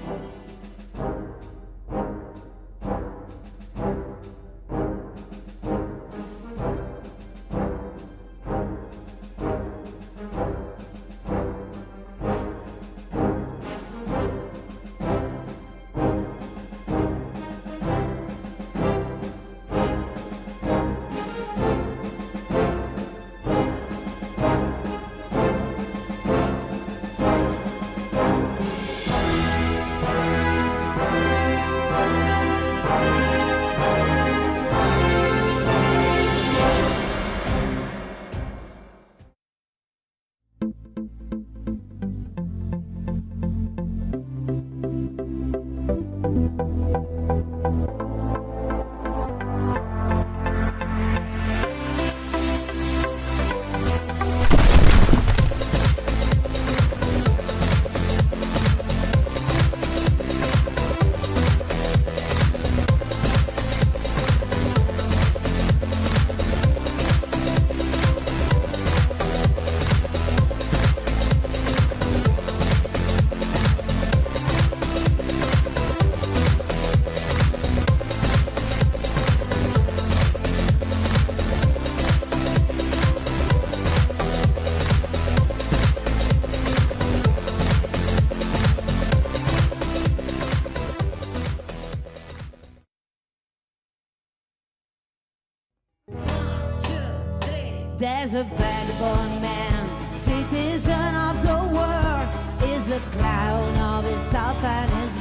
There's a vagabond man, citizen of the world, is a clown of his thoughts and his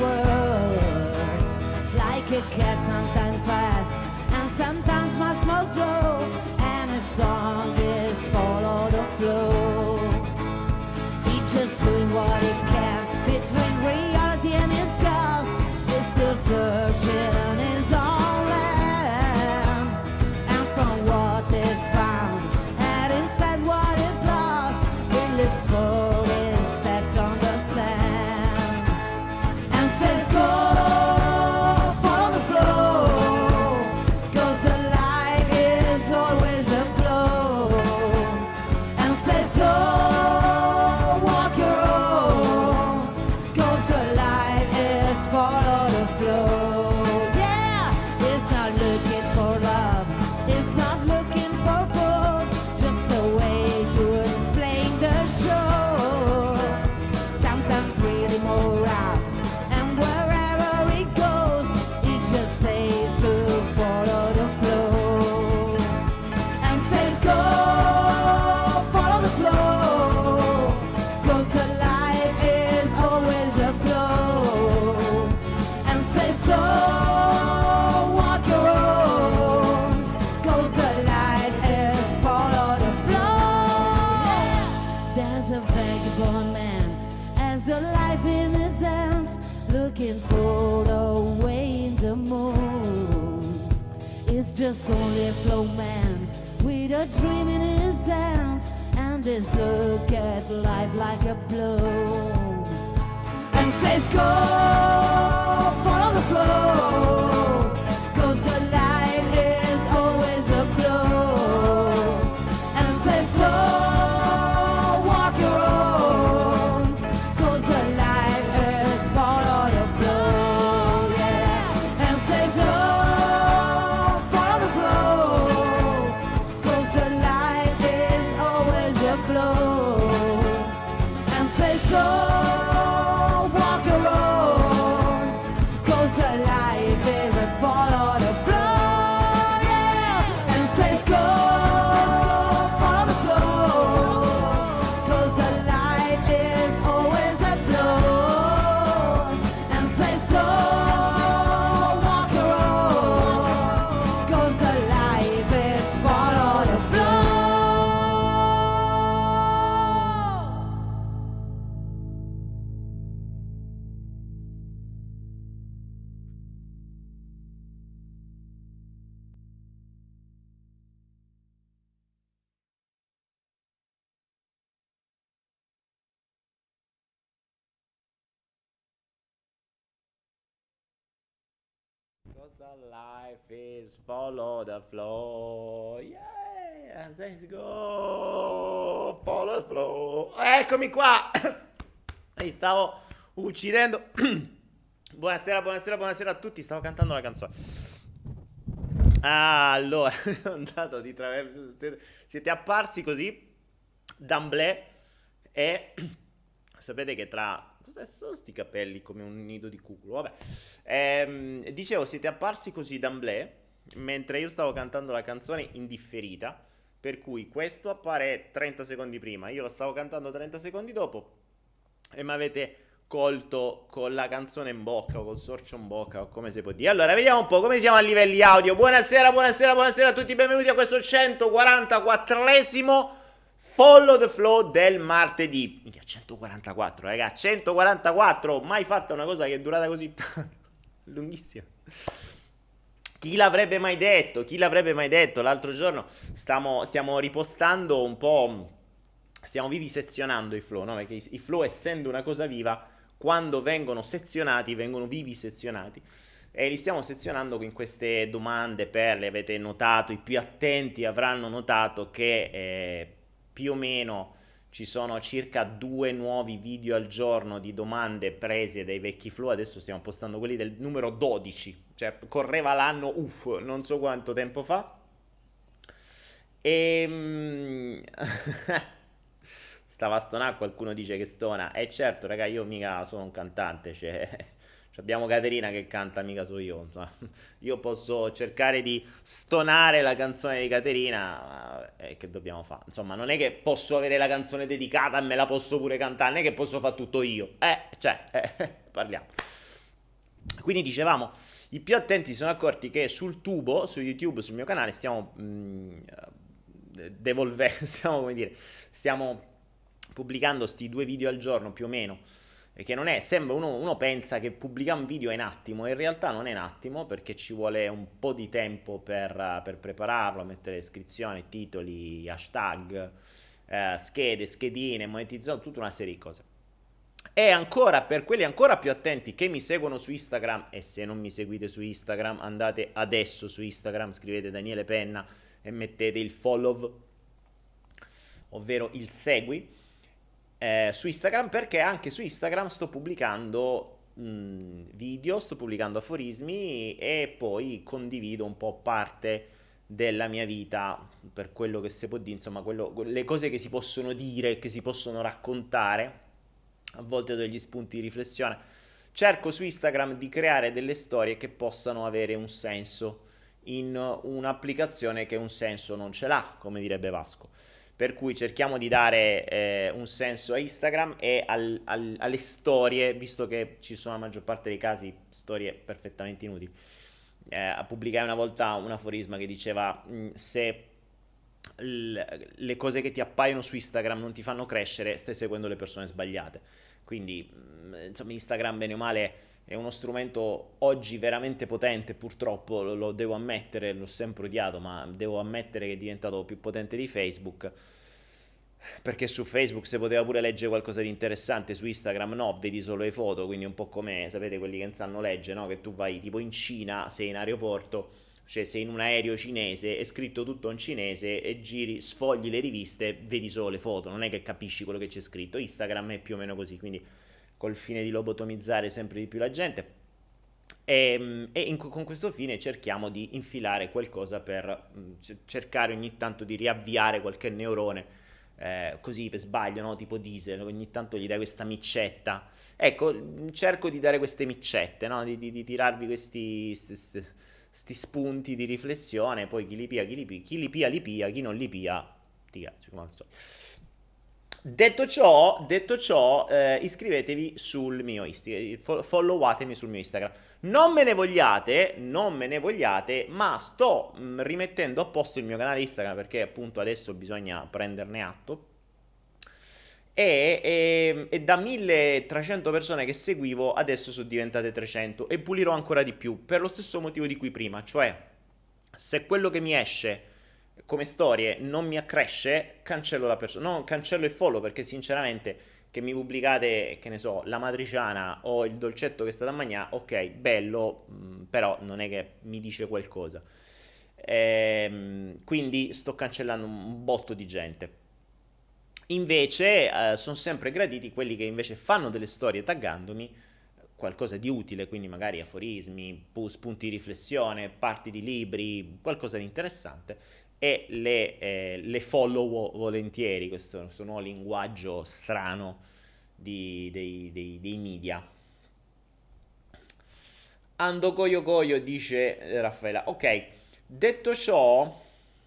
words. Like a cat, sometimes fast and sometimes much more slow, and his song is follow the flow. He's just doing what he can between reality and his ghost. He's still searching his own land, and from what is found what is lost, he looks for his steps on the sand and says go, follow the flow, 'cause the life is always a flow, and says so, walk your own, 'cause the life is follow the flow. Yeah, it's not looking for love, it's not looking for food, just a way to explain the show. Sometimes really more out, and wherever it goes, it just stays to follow the flow. And says go, follow the flow, 'cause the life is always a flow. And says so, walk your own, 'cause the life is follow the flow. There's a vagabond man, as the life in his hands, looking for the way in the moon. It's just only a flow man with a dream in his hands, and his look at life like a blow. And says go, follow the flow, 'cause the life is always a flow. And says so, walk your own, 'cause the life is follow the flow. Yeah. And says so, follow the flow, 'cause the life is always a flow. And says so, walk your own, 'cause the life is a follow the flow. Yeah. And says go, follow the flow, 'cause the life is always a flow. And says so, walk your own, 'cause the life is follow the flow. Because the life is follow the flow. Yeah, let's go. Follow the flow. Eccomi qua. Mi stavo uccidendo Buonasera, buonasera, buonasera a tutti. Stavo cantando la canzone. Ah, allora, sono andato di traverso. Siete apparsi così, d'amblè, e sapete che tra... Cos'è sono sti capelli come un nido di cuculo? Vabbè. Dicevo, siete apparsi così d'amblè, mentre io stavo cantando la canzone indifferita, per cui questo appare 30 secondi prima, io la stavo cantando 30 secondi dopo, e mi avete colto con la canzone in bocca o col sorcio in bocca o come si può dire. Allora, vediamo un po' come siamo a livelli audio. Buonasera, buonasera, buonasera a tutti, benvenuti a questo 144esimo Follow the Flow del martedì. Minchia, 144, raga, 144. Mai fatta una cosa che è durata così lunghissima. Chi l'avrebbe mai detto? Chi l'avrebbe mai detto? L'altro giorno stiamo ripostando un po', stiamo vivisezionando i flow, no? Perché i flow, essendo una cosa viva, quando vengono sezionati, vengono vivisezionati. E li stiamo sezionando in queste domande perle. Avete notato, i più attenti avranno notato che più o meno ci sono circa 2 nuovi video al giorno di domande prese dai vecchi flow. Adesso stiamo postando quelli del numero 12, cioè correva l'anno non so quanto tempo fa. E stava a stonare, qualcuno dice che stona. E certo, raga, io mica sono un cantante, cioè abbiamo Caterina che canta, mica so io. Insomma. Io posso cercare di stonare la canzone di Caterina, che dobbiamo fare? Insomma, non è che posso avere la canzone dedicata e me la posso pure cantare, non è che posso fare tutto io. Parliamo. Quindi dicevamo, i più attenti si sono accorti che sul tubo, su YouTube, sul mio canale, stiamo stiamo, come dire, stiamo pubblicando sti 2 video al giorno più o meno, che non è, sembra, uno pensa che pubblicare un video è un attimo, in realtà non è un attimo, perché ci vuole un po' di tempo per prepararlo, mettere descrizione, titoli, hashtag, schede, schedine, monetizzato, tutta una serie di cose. E ancora, per quelli ancora più attenti che mi seguono su Instagram, e se non mi seguite su Instagram, andate adesso su Instagram, scrivete Daniele Penna e mettete il follow, ovvero il segui, su Instagram, perché anche su Instagram sto pubblicando video, sto pubblicando aforismi e poi condivido un po' parte della mia vita, per quello che si può dire, insomma, le cose che si possono dire, che si possono raccontare, a volte ho degli spunti di riflessione. Cerco su Instagram di creare delle storie che possano avere un senso in un'applicazione che un senso non ce l'ha, come direbbe Vasco. Per cui cerchiamo di dare un senso a Instagram e alle storie, visto che ci sono la maggior parte dei casi storie perfettamente inutili. Pubblicai una volta un aforisma che diceva: se le cose che ti appaiono su Instagram non ti fanno crescere, stai seguendo le persone sbagliate. Quindi, insomma, Instagram, bene o male, è uno strumento oggi veramente potente, purtroppo lo devo ammettere, l'ho sempre odiato, ma devo ammettere che è diventato più potente di Facebook, perché su Facebook si poteva pure leggere qualcosa di interessante, su Instagram no, vedi solo le foto, quindi un po' come, sapete, quelli che non sanno leggere, no? Che tu vai tipo in Cina, sei in aeroporto, cioè sei in un aereo cinese, è scritto tutto in cinese e giri, sfogli le riviste, vedi solo le foto, non è che capisci quello che c'è scritto. Instagram è più o meno così, quindi col fine di lobotomizzare sempre di più la gente. Con questo fine cerchiamo di infilare qualcosa per cercare ogni tanto di riavviare qualche neurone, così per sbaglio, no? Tipo Diesel, ogni tanto gli dai questa miccetta. Ecco, cerco di dare queste miccette, no? Di tirarvi sti spunti di riflessione, poi chi li pia, li pia, chi non li pia, ti cazzo, come al solito. Detto ciò, iscrivetevi sul mio Instagram, followatemi sul mio Instagram. Non me ne vogliate, ma sto rimettendo a posto il mio canale Instagram, perché appunto adesso bisogna prenderne atto. E da 1300 persone che seguivo adesso sono diventate 300 e pulirò ancora di più, per lo stesso motivo di cui prima, cioè se quello che mi esce come storie non mi accresce, cancello la persona, no, cancello il follow, perché sinceramente che mi pubblicate, che ne so, la matriciana o il dolcetto che state a mangiare, ok, bello, però non è che mi dice qualcosa. Quindi sto cancellando un botto di gente. Invece sono sempre graditi quelli che invece fanno delle storie taggandomi, qualcosa di utile, quindi magari aforismi, spunti di riflessione, parti di libri, qualcosa di interessante, e le follow volentieri, questo nuovo linguaggio strano dei media. Ando coio coio, dice Raffaella. Ok, detto ciò,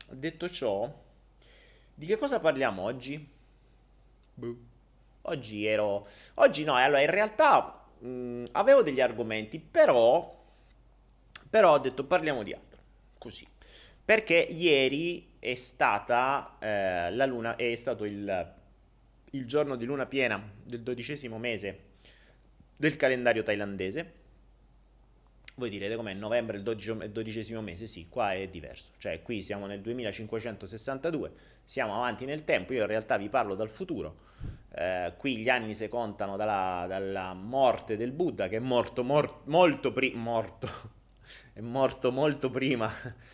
di che cosa parliamo oggi? Boh. Oggi no, allora in realtà avevo degli argomenti, però ho detto parliamo di altro, così. Perché ieri è stata la luna, è stato il giorno di luna piena del 12° mese del calendario thailandese. Voi direte com'è novembre il 12° mese? Sì, qua è diverso. Cioè qui siamo nel 2562, siamo avanti nel tempo, io in realtà vi parlo dal futuro. Qui gli anni si contano dalla morte del Buddha, che è morto molto è morto molto prima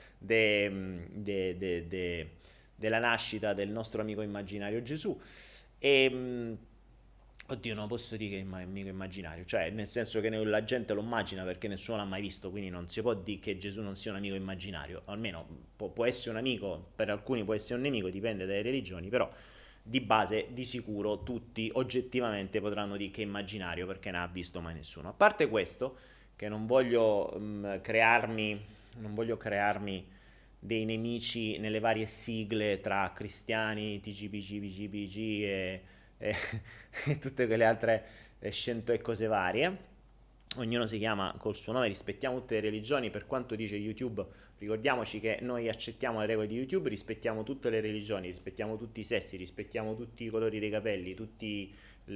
della nascita del nostro amico immaginario Gesù. E oddio, non posso dire che è amico immaginario, cioè nel senso che la gente lo immagina perché nessuno l'ha mai visto, quindi non si può dire che Gesù non sia un amico immaginario, almeno può essere un amico, per alcuni può essere un nemico, dipende dalle religioni, però di base di sicuro tutti oggettivamente potranno dire che è immaginario perché ne ha visto mai nessuno. A parte questo, che non voglio crearmi dei nemici nelle varie sigle tra cristiani, TGPG, PGPG e tutte quelle altre scento e cose varie. Ognuno si chiama col suo nome, rispettiamo tutte le religioni, per quanto dice YouTube, ricordiamoci che noi accettiamo le regole di YouTube, rispettiamo tutte le religioni, rispettiamo tutti i sessi, rispettiamo tutti i colori dei capelli, tutte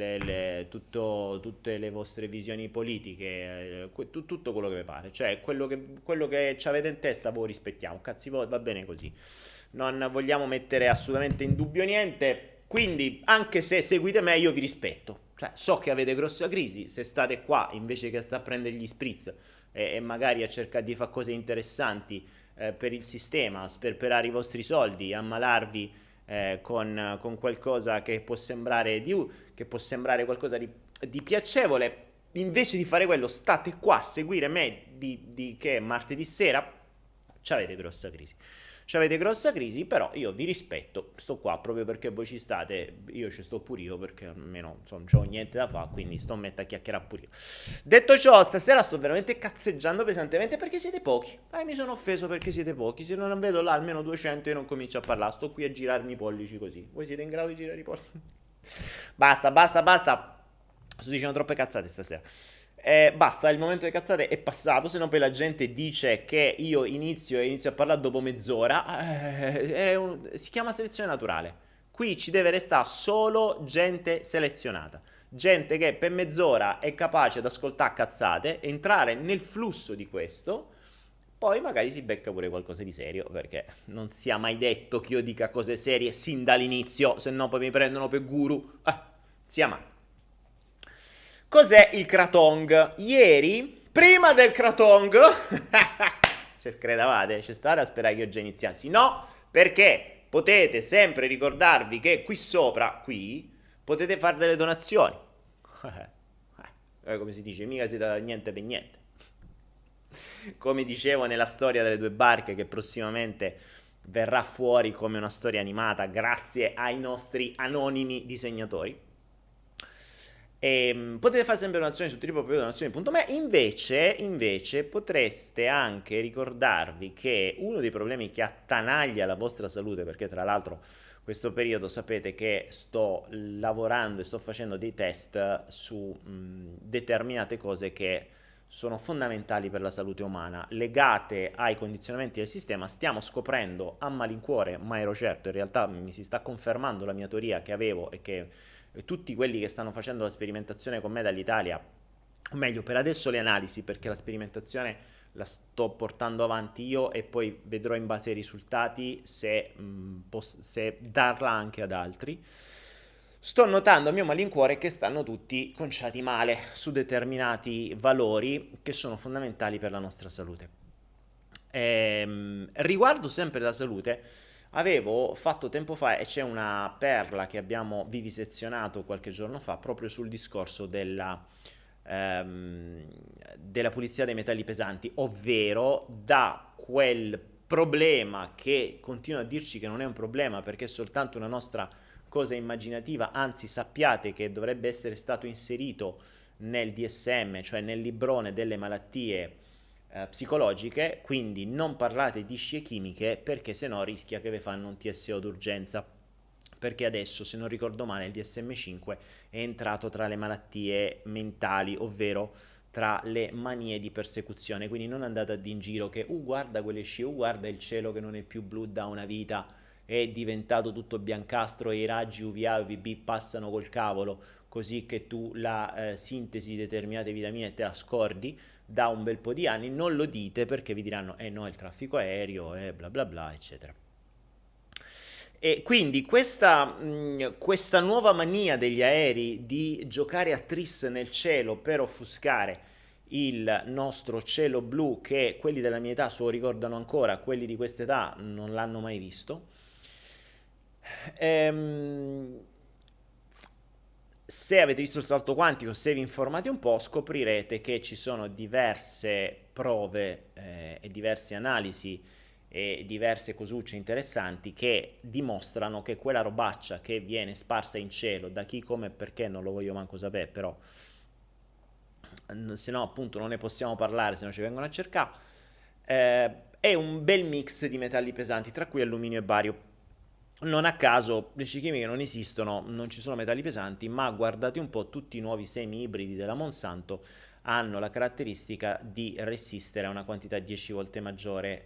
le vostre visioni politiche, tutto quello che vi pare, cioè quello che ci avete in testa voi rispettiamo, cazzi voi, va bene così, non vogliamo mettere assolutamente in dubbio niente. Quindi, anche se seguite me, io vi rispetto. Cioè, so che avete grossa crisi, se state qua invece che sta a prendere gli spritz e magari a cercare di fare cose interessanti per il sistema, sperperare i vostri soldi, ammalarvi con qualcosa che può sembrare qualcosa di piacevole, invece di fare quello state qua a seguire me che è martedì sera, c'avete grossa crisi, però io vi rispetto, sto qua proprio perché voi ci state, io ci sto pure io perché almeno insomma, non ho niente da fare, quindi sto a mettere a chiacchierare pure io. Detto ciò, stasera sto veramente cazzeggiando pesantemente perché siete pochi, mi sono offeso perché siete pochi, se non vedo là almeno 200 io non comincio a parlare, sto qui a girarmi i pollici così, voi siete in grado di girare i pollici? Basta, sto dicendo troppe cazzate stasera. Basta, il momento delle cazzate è passato, se no poi la gente dice che io inizio a parlare dopo mezz'ora. Si chiama selezione naturale. Qui ci deve restare solo gente selezionata, gente che per mezz'ora è capace di ascoltare cazzate, entrare nel flusso di questo, poi magari si becca pure qualcosa di serio, perché non sia mai detto che io dica cose serie sin dall'inizio, se no poi mi prendono per guru. Sia mai. Cos'è il Krathong? Ieri, prima del Krathong, ci credevate? C'è stata a sperare che io già iniziassi? No, perché potete sempre ricordarvi che qui sopra, potete fare delle donazioni. Come si dice, mica si dà niente per niente. Come dicevo nella storia delle due barche, che prossimamente verrà fuori come una storia animata grazie ai nostri anonimi disegnatori. Potete fare sempre donazioni su www.donazioni.me. Invece potreste anche ricordarvi che uno dei problemi che attanaglia la vostra salute, perché tra l'altro questo periodo sapete che sto lavorando e sto facendo dei test su determinate cose che sono fondamentali per la salute umana, legate ai condizionamenti del sistema. Stiamo scoprendo a malincuore, ma ero certo, in realtà mi si sta confermando la mia teoria che avevo e che tutti quelli che stanno facendo la sperimentazione con me dall'Italia, o meglio per adesso le analisi, perché la sperimentazione la sto portando avanti io e poi vedrò in base ai risultati se darla anche ad altri. Sto notando a mio malincuore che stanno tutti conciati male su determinati valori che sono fondamentali per la nostra salute. Riguardo sempre la salute, avevo fatto tempo fa, e c'è una perla che abbiamo vivisezionato qualche giorno fa, proprio sul discorso della della pulizia dei metalli pesanti, ovvero da quel problema che continua a dirci che non è un problema perché è soltanto una nostra cosa immaginativa, anzi sappiate che dovrebbe essere stato inserito nel DSM, cioè nel librone delle malattie psicologiche, quindi non parlate di scie chimiche perché sennò rischia che vi fanno un TSO d'urgenza, perché adesso, se non ricordo male, il DSM-5 è entrato tra le malattie mentali, ovvero tra le manie di persecuzione, quindi non andate a dire in giro che guarda quelle scie, guarda il cielo che non è più blu da una vita, è diventato tutto biancastro e i raggi UVA e UVB passano col cavolo, così che tu la sintesi di determinate vitamine te la scordi da un bel po' di anni. Non lo dite perché vi diranno no, il traffico aereo e bla bla bla eccetera. E quindi questa nuova mania degli aerei di giocare a tris nel cielo per offuscare il nostro cielo blu, che quelli della mia età se lo ricordano ancora, quelli di questa età non l'hanno mai visto. Se avete visto il salto quantico, se vi informate un po', scoprirete che ci sono diverse prove e diverse analisi e diverse cosucce interessanti che dimostrano che quella robaccia che viene sparsa in cielo da chi, come e perché non lo voglio manco sapere, però se no appunto non ne possiamo parlare, se no ci vengono a cercare, è un bel mix di metalli pesanti, tra cui alluminio e bario. Non a caso le scie chimiche non esistono, non ci sono metalli pesanti, ma guardate un po', tutti i nuovi semi ibridi della Monsanto hanno la caratteristica di resistere a una quantità 10 volte maggiore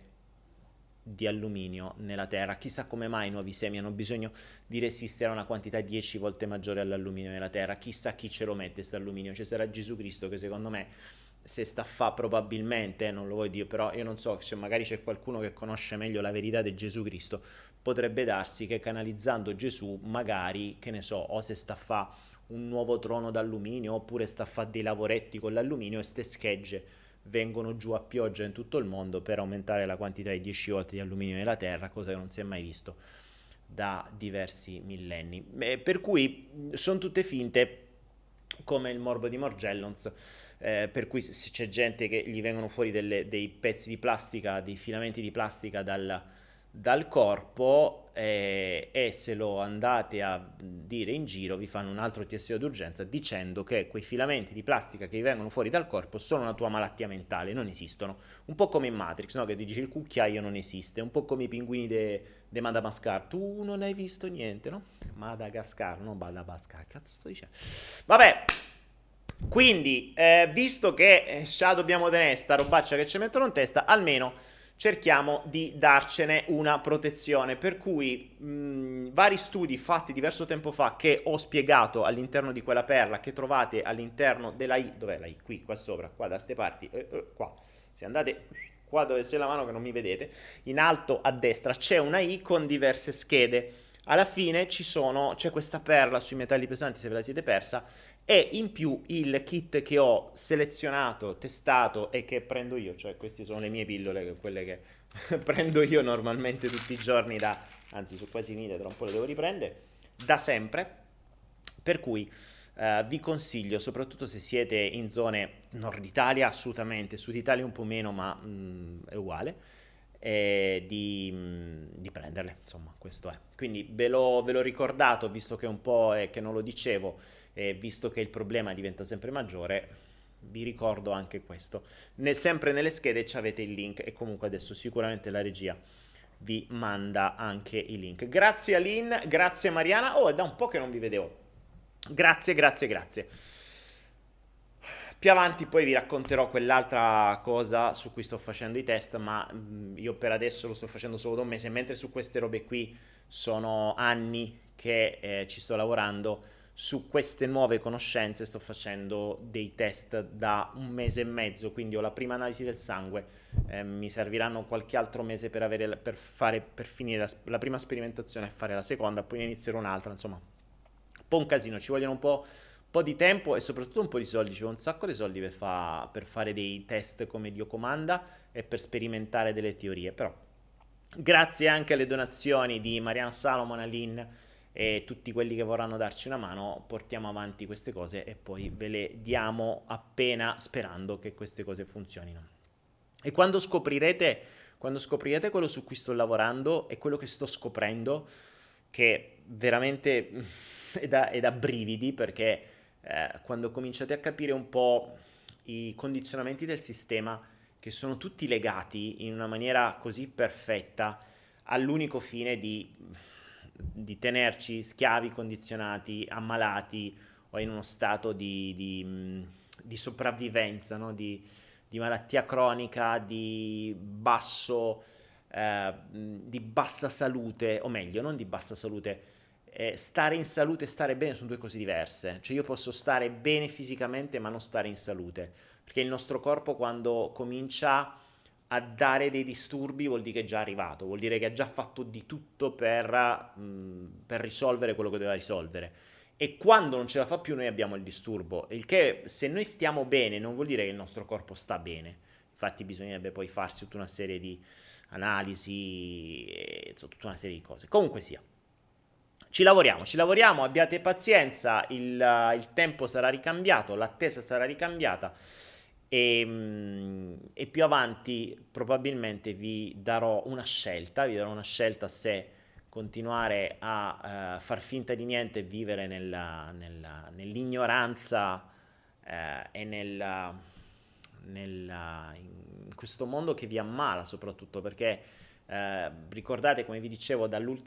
di alluminio nella terra. Chissà come mai i nuovi semi hanno bisogno di resistere a una quantità 10 volte maggiore all'alluminio nella terra. Chissà chi ce lo mette questo alluminio. Ci sarà Gesù Cristo che secondo me se sta a fa probabilmente, non lo voglio dire, però io non so, se magari c'è qualcuno che conosce meglio la verità di Gesù Cristo, potrebbe darsi che canalizzando Gesù magari, che ne so, o se sta a fa un nuovo trono d'alluminio oppure sta a fa dei lavoretti con l'alluminio e ste schegge vengono giù a pioggia in tutto il mondo per aumentare la quantità di 10 volte di alluminio nella terra, cosa che non si è mai visto da diversi millenni. Per cui sono tutte finte, come il morbo di Morgellons, per cui se c'è gente che gli vengono fuori dei pezzi di plastica, dei filamenti di plastica dal corpo, e se lo andate a dire in giro vi fanno un altro TSO d'urgenza dicendo che quei filamenti di plastica che vi vengono fuori dal corpo sono una tua malattia mentale, non esistono. Un po' come in Matrix, no? Che ti dice il cucchiaio non esiste, un po' come i pinguini di Madagascar, tu non hai visto niente, no? Madagascar, non Madagascar, cazzo sto dicendo? Vabbè, quindi visto che dobbiamo tenere sta robaccia che ci mettono in testa, almeno cerchiamo di darcene una protezione, per cui vari studi fatti diverso tempo fa che ho spiegato all'interno di quella perla che trovate all'interno della I, dov'è la I? Qui, qua sopra, qua da ste parti, qua, se andate qua dove c'è la mano che non mi vedete, in alto a destra c'è una I con diverse schede. Alla fine c'è questa perla sui metalli pesanti se ve la siete persa, e in più il kit che ho selezionato, testato e che prendo io, cioè queste sono le mie pillole, quelle che prendo io normalmente tutti i giorni anzi sono quasi finite, tra un po' le devo riprendere, da sempre, per cui vi consiglio, soprattutto se siete in zone nord Italia, assolutamente, sud Italia un po' meno, ma è uguale, di prenderle, insomma, questo è. Quindi ve l'ho ricordato, visto che un po' è che non lo dicevo, visto che il problema diventa sempre maggiore, vi ricordo anche questo. Sempre nelle schede avete il link, e comunque adesso sicuramente la regia vi manda anche i link. Grazie Aline, grazie Mariana, è da un po' che non vi vedevo. Grazie. Più avanti poi vi racconterò quell'altra cosa su cui sto facendo i test, ma io per adesso lo sto facendo solo da un mese, mentre su queste robe qui sono anni che ci sto lavorando. Su queste nuove conoscenze sto facendo dei test da un mese e mezzo, quindi ho la prima analisi del sangue, mi serviranno qualche altro mese per finire la prima sperimentazione e fare la seconda, poi ne inizierò un'altra, insomma, un po' un casino, ci vogliono un po' di tempo e soprattutto un po' di soldi, ci vuole un sacco di soldi per fare dei test come Dio comanda e per sperimentare delle teorie, però grazie anche alle donazioni di Marianne Salomon, Aline e tutti quelli che vorranno darci una mano, portiamo avanti queste cose e poi ve le diamo appena, sperando che queste cose funzionino. E quando scoprirete quello su cui sto lavorando e quello che sto scoprendo, che veramente è da brividi, perché quando cominciate a capire un po' i condizionamenti del sistema, che sono tutti legati in una maniera così perfetta all'unico fine di tenerci schiavi, condizionati, ammalati o in uno stato di sopravvivenza, no? Di malattia cronica, di bassa salute, o meglio, non di bassa salute. Stare in salute e stare bene sono due cose diverse. Cioè io posso stare bene fisicamente ma non stare in salute, perché il nostro corpo, quando comincia a dare dei disturbi, vuol dire che è già arrivato, vuol dire che ha già fatto di tutto per risolvere quello che doveva risolvere. E quando non ce la fa più, noi abbiamo il disturbo, il che, se noi stiamo bene, non vuol dire che il nostro corpo sta bene. Infatti bisognerebbe poi farsi tutta una serie di analisi, tutta una serie di cose. Comunque sia, ci lavoriamo, abbiate pazienza, il tempo sarà ricambiato, l'attesa sarà ricambiata e più avanti probabilmente vi darò una scelta se continuare a far finta di niente e vivere nell'ignoranza in questo mondo che vi ammala, soprattutto perché ricordate, come vi dicevo,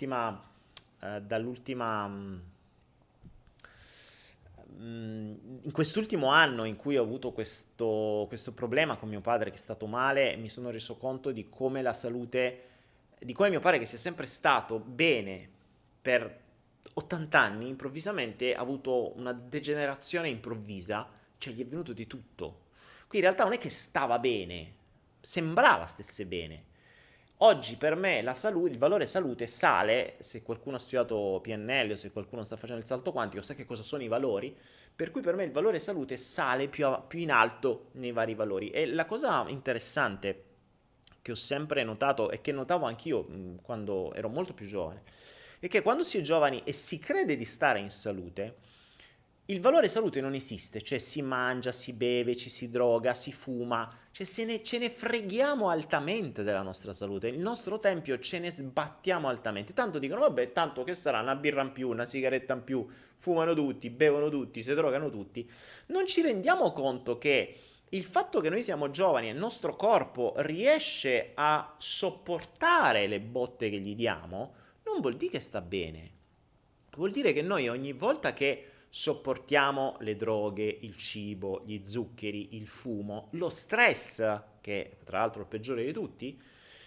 in quest'ultimo anno in cui ho avuto questo problema con mio padre che è stato male, mi sono reso conto di come la salute, di come mio padre, che sia sempre stato bene per 80 anni, improvvisamente ha avuto una degenerazione improvvisa, cioè gli è venuto di tutto. Qui in realtà non è che stava bene, sembrava stesse bene. Oggi per me la salute, il valore salute sale, se qualcuno ha studiato PNL o se qualcuno sta facendo il salto quantico, sa che cosa sono i valori, per cui per me il valore salute sale più in alto nei vari valori. E la cosa interessante che ho sempre notato e che notavo anch'io quando ero molto più giovane, è che quando si è giovani e si crede di stare in salute, il valore salute non esiste, cioè si mangia, si beve, ci si droga, si fuma, cioè ce ne freghiamo altamente della nostra salute, il nostro tempio ce ne sbattiamo altamente, tanto dicono vabbè, tanto che sarà una birra in più, una sigaretta in più, fumano tutti, bevono tutti, si drogano tutti, non ci rendiamo conto che il fatto che noi siamo giovani e il nostro corpo riesce a sopportare le botte che gli diamo, non vuol dire che sta bene, vuol dire che noi ogni volta che sopportiamo le droghe, il cibo, gli zuccheri, il fumo, lo stress, che tra l'altro è il peggiore di tutti,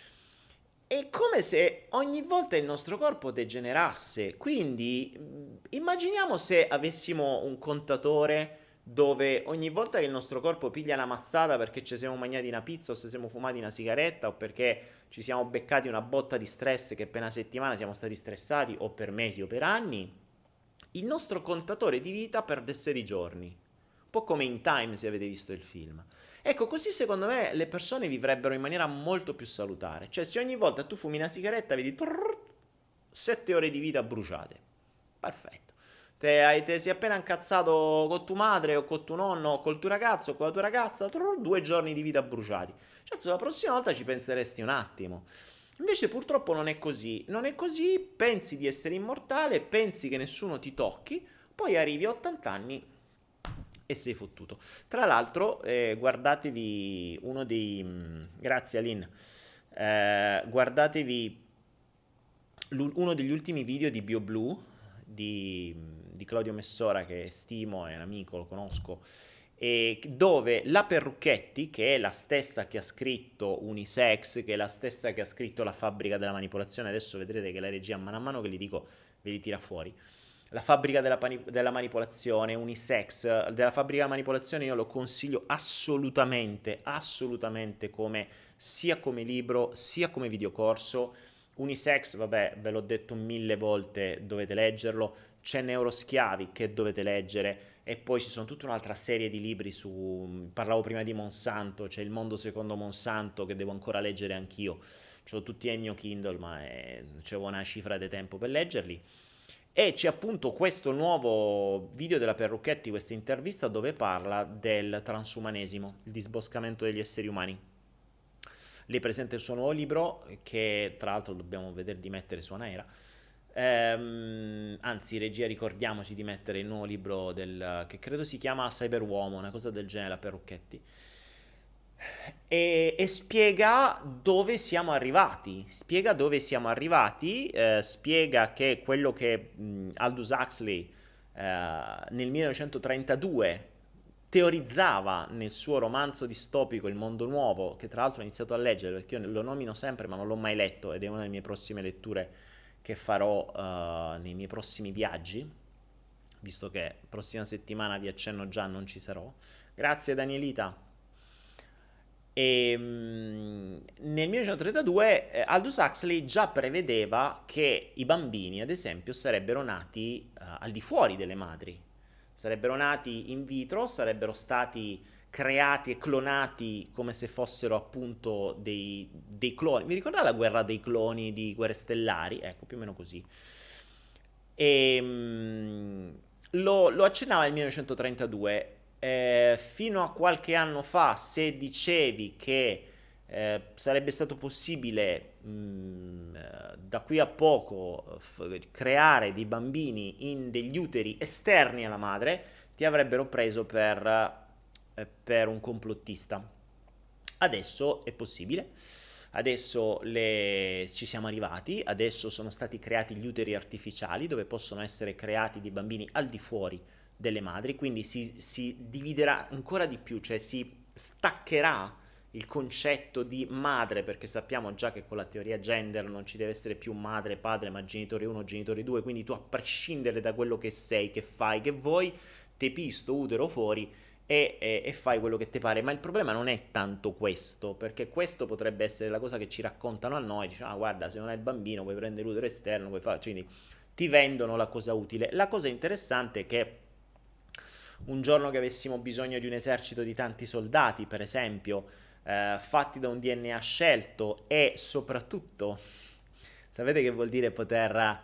è come se ogni volta il nostro corpo degenerasse. Quindi immaginiamo se avessimo un contatore dove ogni volta che il nostro corpo piglia una mazzata perché ci siamo mangiati una pizza o se siamo fumati una sigaretta o perché ci siamo beccati una botta di stress che per una settimana siamo stati stressati o per mesi o per anni, il nostro contatore di vita perdesse di giorni, un po' come in Time se avete visto il film. Ecco, così secondo me le persone vivrebbero in maniera molto più salutare, cioè se ogni volta tu fumi una sigaretta vedi 7 ore di vita bruciate, perfetto. Te sei appena incazzato con tua madre o con tuo nonno o col tuo ragazzo o con la tua ragazza, 2 giorni di vita bruciati. Cioè, la prossima volta ci penseresti un attimo. Invece purtroppo non è così, pensi di essere immortale, pensi che nessuno ti tocchi, poi arrivi a 80 anni e sei fottuto. Tra l'altro, guardatevi uno dei... grazie Aline, guardatevi uno degli ultimi video di BioBlue, di Claudio Messora, che stimo, è un amico, lo conosco, e dove la Perrucchetti, che è la stessa che ha scritto Unisex, che è la stessa che ha scritto La fabbrica della manipolazione, adesso vedrete che la regia a mano che li dico ve li tira fuori, La fabbrica della manipolazione, Unisex, della fabbrica della manipolazione io lo consiglio assolutamente, sia come libro, sia come videocorso. Unisex, vabbè, ve l'ho detto 1000 volte, dovete leggerlo. C'è Neuroschiavi che dovete leggere, e poi ci sono tutta un'altra serie di libri parlavo prima di Monsanto, c'è Il mondo secondo Monsanto che devo ancora leggere anch'io, ce l'ho tutti nel mio Kindle ma c'è una cifra di tempo per leggerli. E c'è appunto questo nuovo video della Perrucchetti, questa intervista dove parla del transumanesimo, il disboscamento degli esseri umani. Lei presenta il suo nuovo libro, che tra l'altro dobbiamo vedere di mettere su Anaera. Anzi, regia, ricordiamoci di mettere il nuovo libro che credo si chiama Cyberuomo, una cosa del genere, la Perrucchetti. E spiega dove siamo arrivati, spiega che quello che Aldous Huxley nel 1932 teorizzava nel suo romanzo distopico Il mondo nuovo, che tra l'altro ho iniziato a leggere perché io lo nomino sempre ma non l'ho mai letto ed è una delle mie prossime letture che farò nei miei prossimi viaggi, visto che prossima settimana vi accenno già non ci sarò. Grazie Danielita. E nel 1932 Aldous Huxley già prevedeva che i bambini, ad esempio, sarebbero nati al di fuori delle madri, sarebbero nati in vitro, sarebbero stati creati e clonati come se fossero appunto dei cloni. Vi ricordate la guerra dei cloni di Guerre Stellari? Ecco, più o meno così. E lo accennava nel 1932. Fino a qualche anno fa, se dicevi che sarebbe stato possibile da qui a poco creare dei bambini in degli uteri esterni alla madre, ti avrebbero preso per un complottista. Adesso è possibile. Adesso ci siamo arrivati, adesso sono stati creati gli uteri artificiali dove possono essere creati dei bambini al di fuori delle madri, quindi si dividerà ancora di più, cioè si staccherà il concetto di madre, perché sappiamo già che con la teoria gender non ci deve essere più madre e padre, ma genitore 1, genitore 2, quindi tu a prescindere da quello che sei, che fai, che vuoi, te pisto utero fuori e fai quello che ti pare. Ma il problema non è tanto questo, perché questo potrebbe essere la cosa che ci raccontano a noi, diciamo, guarda, se non hai il bambino puoi prendere l'utero esterno, puoi fare, quindi ti vendono la cosa utile. La cosa interessante è che un giorno che avessimo bisogno di un esercito di tanti soldati, per esempio, fatti da un DNA scelto, e soprattutto, sapete che vuol dire poter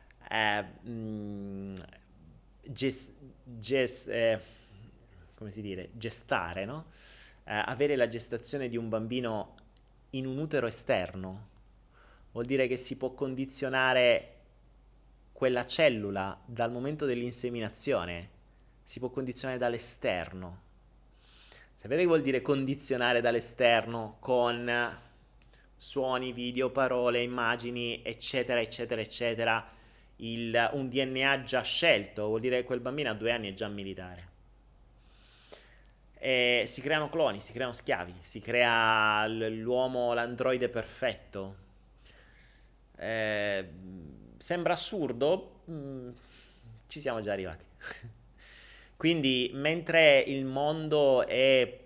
come si dice, gestare, no? Avere la gestazione di un bambino in un utero esterno, vuol dire che si può condizionare quella cellula dal momento dell'inseminazione, si può condizionare dall'esterno. Sapete che vuol dire condizionare dall'esterno con suoni, video, parole, immagini, eccetera, eccetera, eccetera, un DNA già scelto? Vuol dire che quel bambino a 2 anni è già militare. E si creano cloni, si creano schiavi, si crea l'uomo, l'androide perfetto. Sembra assurdo? Ci siamo già arrivati. Quindi mentre il mondo è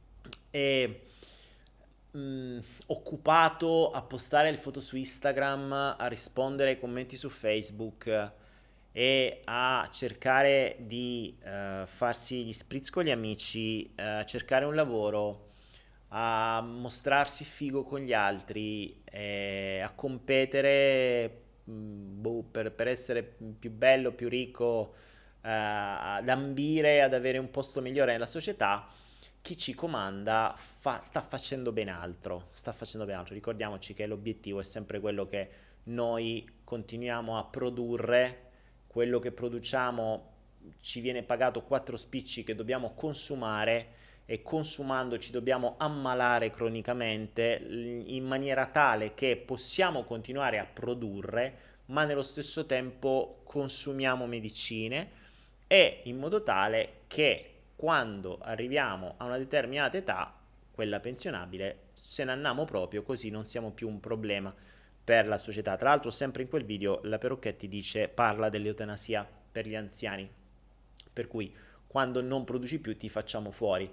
occupato a postare le foto su Instagram, a rispondere ai commenti su Facebook e a cercare di farsi gli spritz con gli amici, a cercare un lavoro, a mostrarsi figo con gli altri, a competere per essere più bello, più ricco, ad ambire ad avere un posto migliore nella società, chi ci comanda sta facendo ben altro, Ricordiamoci che l'obiettivo è sempre quello che noi continuiamo a produrre, quello che produciamo ci viene pagato 4 spicci che dobbiamo consumare, e consumando ci dobbiamo ammalare cronicamente in maniera tale che possiamo continuare a produrre, ma nello stesso tempo consumiamo medicine, e in modo tale che quando arriviamo a una determinata età, quella pensionabile, se ne andiamo proprio, così non siamo più un problema per la società. Tra l'altro sempre in quel video la Perrucchetti parla dell'eutanasia per gli anziani, per cui quando non produci più ti facciamo fuori.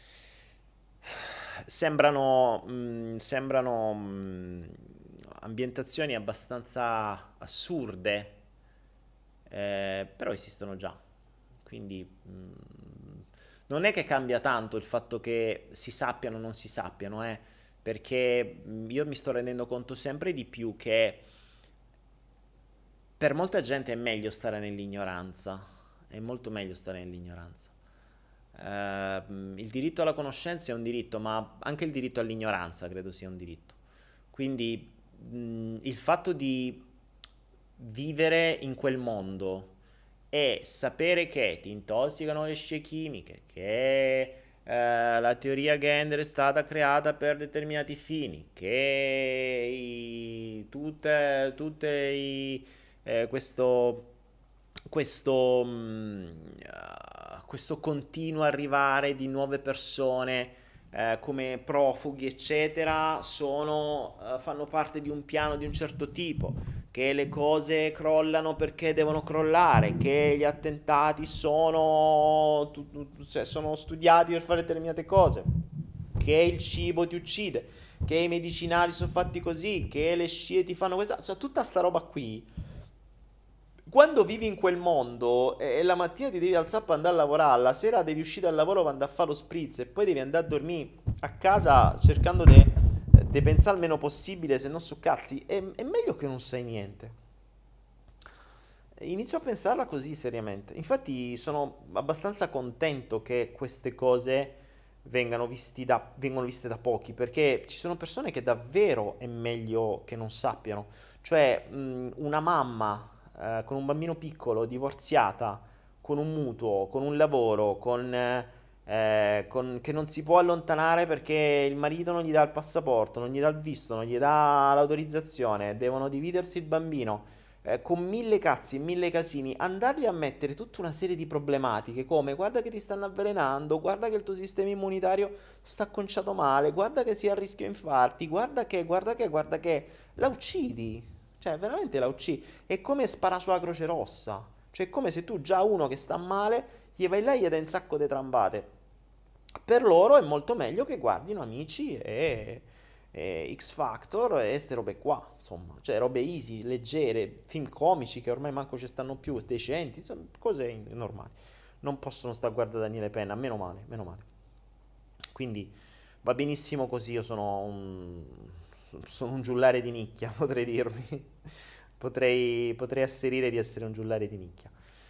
Sembrano ambientazioni abbastanza assurde, però esistono già, quindi non è che cambia tanto il fatto che si sappiano o non si sappiano, perché io mi sto rendendo conto sempre di più che per molta gente è meglio stare nell'ignoranza, è molto meglio stare nell'ignoranza. Il diritto alla conoscenza è un diritto, ma anche il diritto all'ignoranza credo sia un diritto. Quindi il fatto di vivere in quel mondo e sapere che ti intossicano le scie chimiche, che la teoria gender è stata creata per determinati fini, che questo, questo continuo arrivare di nuove persone come profughi, eccetera, fanno parte di un piano di un certo tipo, che le cose crollano perché devono crollare, che gli attentati cioè, sono studiati per fare determinate cose, che il cibo ti uccide, che i medicinali sono fatti così, che le scie ti fanno questa, cioè tutta sta roba qui. Quando vivi in quel mondo e la mattina ti devi alzare per andare a lavorare, la sera devi uscire dal lavoro per andare a fare lo spritz e poi devi andare a dormire a casa cercando di pensare il meno possibile, se non su cazzi, è meglio che non sai niente. Inizio a pensarla così seriamente. Infatti sono abbastanza contento che queste cose vengono viste da pochi, perché ci sono persone che davvero è meglio che non sappiano. Cioè, una mamma con un bambino piccolo, divorziata, con un mutuo, con un lavoro, che non si può allontanare perché il marito non gli dà il passaporto, non gli dà il visto, non gli dà l'autorizzazione, devono dividersi il bambino, con mille cazzi e mille casini, andargli a mettere tutta una serie di problematiche come guarda che ti stanno avvelenando, guarda che il tuo sistema immunitario sta conciato male, guarda che sei a rischio infarti, guarda che la uccidi. Cioè, veramente la uccidi. È come spara sulla Croce Rossa. Cioè, è come se tu già uno che sta male, gli vai là e gli dai un sacco di trambate. Per loro è molto meglio che guardino Amici e X Factor e ste robe qua. Insomma, cioè, robe easy, leggere, film comici che ormai manco ci stanno più, decenti, insomma, cose normali. Non possono stare a guardare Daniele Penna, meno male, meno male. Quindi va benissimo così, io sono un giullare di nicchia, potrei dirmi. Potrei asserire di essere un giullare di nicchia.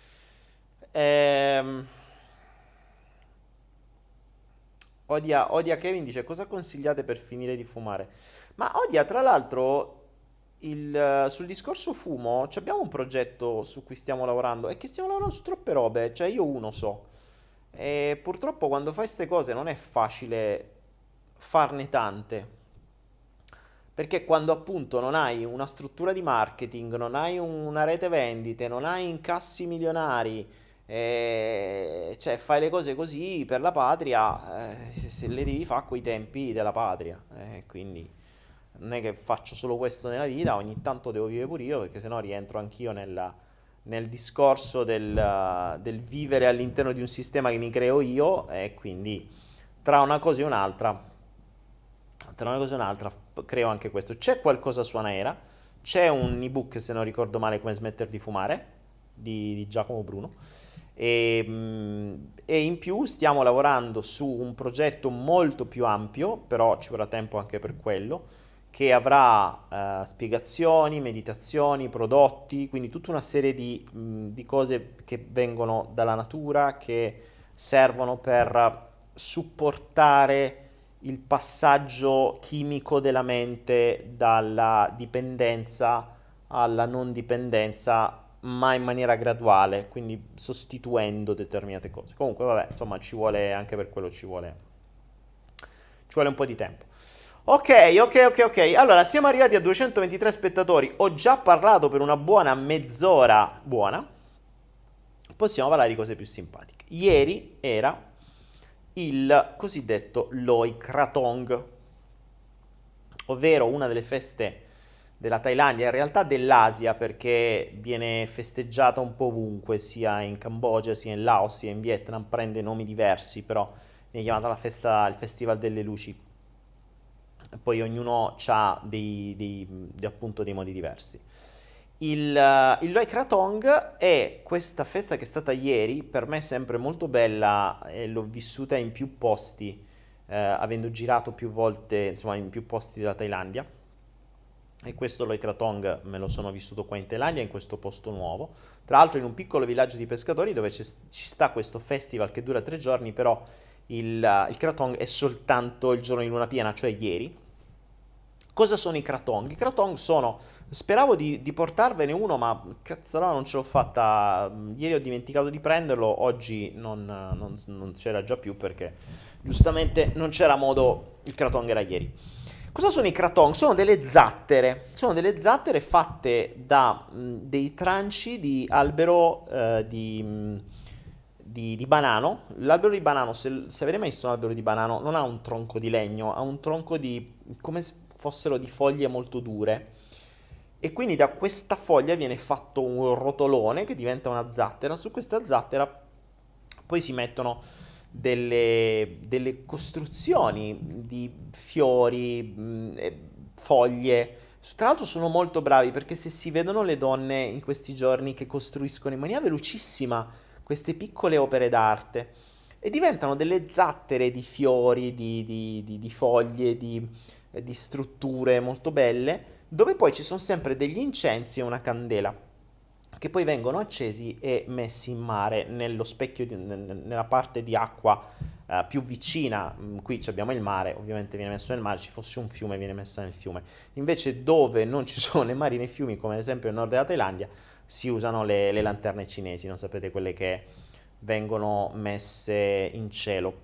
Odia Kevin dice cosa consigliate per finire di fumare? Ma Odia, tra l'altro, sul discorso fumo, abbiamo un progetto su cui stiamo lavorando e che stiamo lavorando su troppe robe, cioè io uno so. E purtroppo quando fai queste cose non è facile farne tante. Perché quando appunto non hai una struttura di marketing, non hai una rete vendite, non hai incassi milionari, cioè fai le cose così per la patria, se le devi fare a quei tempi della patria. Quindi non è che faccio solo questo nella vita, ogni tanto devo vivere pure io, perché sennò rientro anch'io nel discorso del vivere all'interno di un sistema che mi creo io, e quindi tra una cosa e un'altra creo anche questo. C'è qualcosa su Anaera, c'è un ebook, se non ricordo male, come smettere di fumare, di Giacomo Bruno, e in più stiamo lavorando su un progetto molto più ampio, però ci vorrà tempo anche per quello, che avrà spiegazioni, meditazioni, prodotti, quindi tutta una serie di cose che vengono dalla natura, che servono per supportare il passaggio chimico della mente dalla dipendenza alla non dipendenza, ma in maniera graduale, quindi sostituendo determinate cose. Comunque, vabbè, insomma, anche per quello ci vuole un po' di tempo. Ok. Allora, siamo arrivati a 223 spettatori. Ho già parlato per una buona mezz'ora buona. Possiamo parlare di cose più simpatiche. Ieri era il cosiddetto Loy Krathong, ovvero una delle feste della Thailandia, in realtà dell'Asia, perché viene festeggiata un po' ovunque, sia in Cambogia, sia in Laos, sia in Vietnam, prende nomi diversi, però viene chiamata il Festival delle Luci. Poi ognuno ha appunto dei modi diversi. Il Loy Krathong è questa festa che è stata ieri, per me sempre molto bella, e l'ho vissuta in più posti, avendo girato più volte, insomma, in più posti della Thailandia. E questo Loy Krathong me lo sono vissuto qua in Thailandia, in questo posto nuovo. Tra l'altro in un piccolo villaggio di pescatori dove ci sta questo festival che dura 3 giorni, però il Krathong è soltanto il giorno di luna piena, cioè ieri. Cosa sono i Krathong? I Krathong sono... Speravo di portarvene uno, ma cazzarola non ce l'ho fatta. Ieri ho dimenticato di prenderlo, oggi non c'era già più perché giustamente non c'era modo, il Krathong era ieri. Cosa sono i Krathong? Sono delle zattere fatte da dei tranci di albero di banano. L'albero di banano, se avete mai visto un albero di banano, non ha un tronco di legno, ha un tronco di come se fossero di foglie molto dure. E quindi da questa foglia viene fatto un rotolone che diventa una zattera. Su questa zattera poi si mettono delle costruzioni di fiori, foglie. Tra l'altro sono molto bravi perché se si vedono le donne in questi giorni che costruiscono in maniera velocissima queste piccole opere d'arte e diventano delle zattere di fiori, di foglie, di strutture molto belle, dove poi ci sono sempre degli incensi e una candela che poi vengono accesi e messi in mare nello specchio, nella parte di acqua più vicina. Qui abbiamo il mare, ovviamente viene messo nel mare, ci fosse un fiume viene messa nel fiume. Invece dove non ci sono né mari né fiumi, come ad esempio nel nord della Thailandia, si usano le lanterne cinesi, non sapete, quelle che vengono messe in cielo.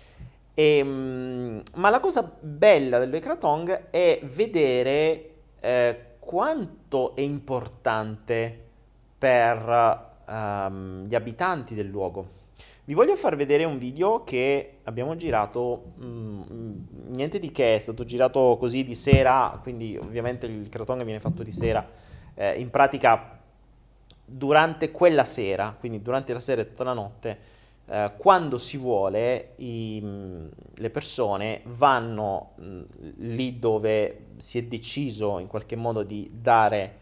Ma la cosa bella del Krathong è vedere quanto è importante per gli abitanti del luogo. Vi voglio far vedere un video che abbiamo girato, niente di che, è stato girato così di sera, quindi ovviamente il Krathong viene fatto di sera, in pratica durante quella sera, quindi durante la sera e tutta la notte, quando si vuole, le persone vanno lì dove si è deciso in qualche modo di dare,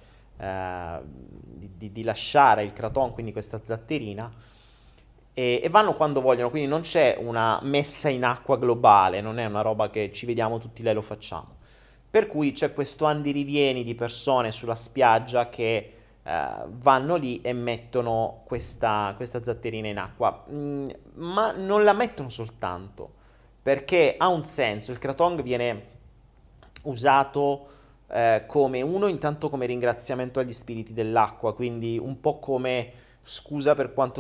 di lasciare il Krathong, quindi questa zatterina, e vanno quando vogliono, quindi non c'è una messa in acqua globale, non è una roba che ci vediamo tutti là e lo facciamo. Per cui c'è questo andirivieni di persone sulla spiaggia che vanno lì e mettono questa zatterina in acqua, ma non la mettono soltanto, perché ha un senso. Il Krathong viene usato come uno, intanto come ringraziamento agli spiriti dell'acqua, quindi un po' come scusa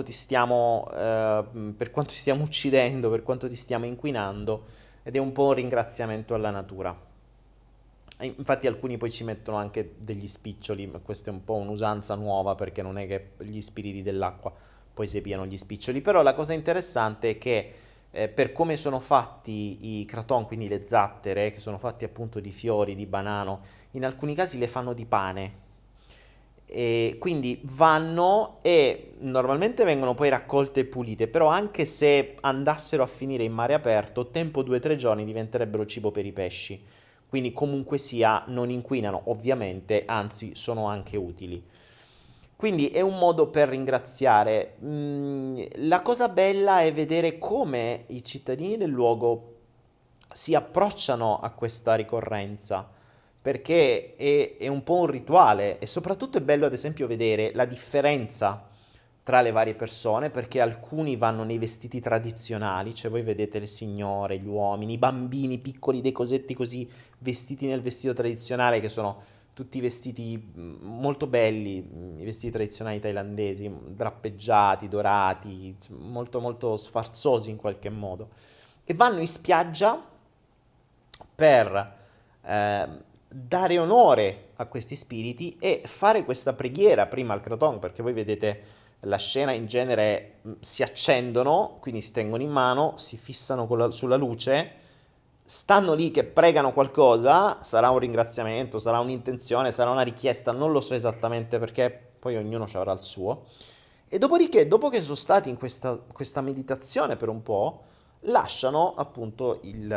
per quanto ti stiamo uccidendo, per quanto ti stiamo inquinando, ed è un po' un ringraziamento alla natura. E infatti alcuni poi ci mettono anche degli spiccioli, ma questa è un po' un'usanza nuova perché non è che gli spiriti dell'acqua poi si piano gli spiccioli. Però la cosa interessante è che per come sono fatti i kraton, quindi le zattere, che sono fatti appunto di fiori, di banano, in alcuni casi le fanno di pane. E quindi vanno e normalmente vengono poi raccolte e pulite, però anche se andassero a finire in mare aperto, tempo 2 o 3 giorni diventerebbero cibo per i pesci. Quindi comunque sia non inquinano ovviamente, anzi sono anche utili. Quindi è un modo per ringraziare. La cosa bella è vedere come i cittadini del luogo si approcciano a questa ricorrenza, perché è un po' un rituale e soprattutto è bello ad esempio vedere la differenza tra le varie persone, perché alcuni vanno nei vestiti tradizionali, cioè voi vedete le signore, gli uomini, i bambini piccoli, dei cosetti così vestiti nel vestito tradizionale, che sono tutti vestiti molto belli, i vestiti tradizionali thailandesi, drappeggiati, dorati, molto molto sfarzosi in qualche modo, e vanno in spiaggia per dare onore a questi spiriti e fare questa preghiera prima al Krathong, perché voi vedete la scena in genere si accendono, quindi si tengono in mano, si fissano sulla luce, stanno lì che pregano qualcosa, sarà un ringraziamento, sarà un'intenzione, sarà una richiesta, non lo so esattamente perché poi ognuno ci avrà il suo. E dopodiché, dopo che sono stati in questa meditazione per un po', lasciano appunto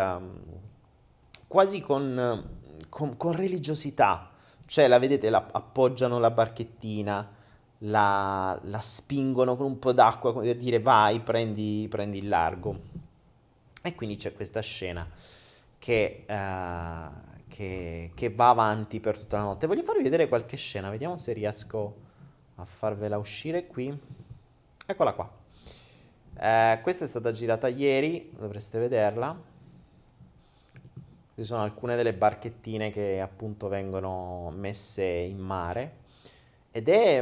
quasi con religiosità, cioè la vedete, appoggiano la barchettina, la spingono con un po' d'acqua come per dire vai, prendi il largo. E quindi c'è questa scena che che va avanti per tutta la notte. Voglio farvi vedere qualche scena, vediamo se riesco a farvela uscire qui. Eccola qua. Questa è stata girata ieri, dovreste vederla. Ci sono alcune delle barchettine che appunto vengono messe in mare ed è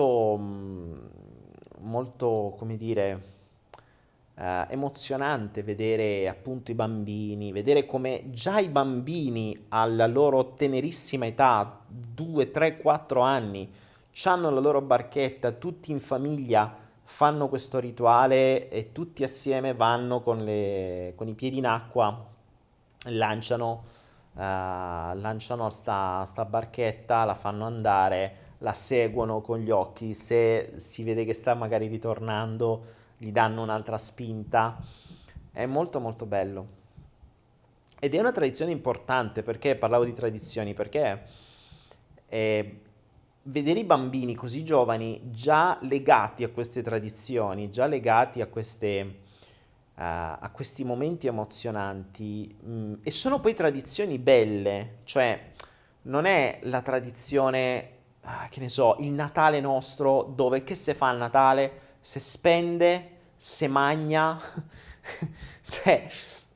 molto, come dire, emozionante vedere appunto i bambini, vedere come già i bambini alla loro tenerissima età, 2, 3, 4 anni, hanno la loro barchetta, tutti in famiglia fanno questo rituale e tutti assieme vanno con i piedi in acqua, lanciano, lanciano sta barchetta, la fanno andare, la seguono con gli occhi, se si vede che sta magari ritornando, gli danno un'altra spinta. È molto molto bello. Ed è una tradizione importante, perché parlavo di tradizioni, perché vedere i bambini così giovani già legati a queste tradizioni, già legati a questi momenti emozionanti, e sono poi tradizioni belle, cioè non è la tradizione, che ne so, il Natale nostro, dove che se fa il Natale? Se spende, se magna, cioè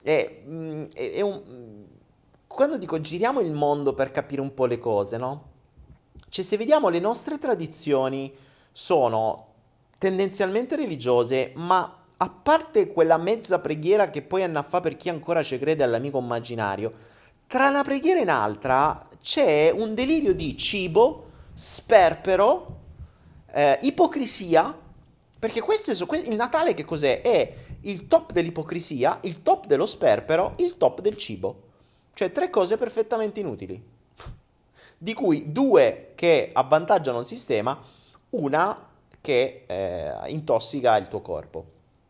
è quando dico giriamo il mondo per capire un po' le cose, no? Cioè, se vediamo, le nostre tradizioni sono tendenzialmente religiose, ma a parte quella mezza preghiera che poi hanno a fa per chi ancora ci crede all'amico immaginario, tra una preghiera e un'altra c'è un delirio di cibo, sperpero, ipocrisia, perché il Natale che cos'è? È il top dell'ipocrisia, il top dello sperpero, il top del cibo. Cioè 3 cose perfettamente inutili, di cui 2 che avvantaggiano il sistema, una che intossica il tuo corpo.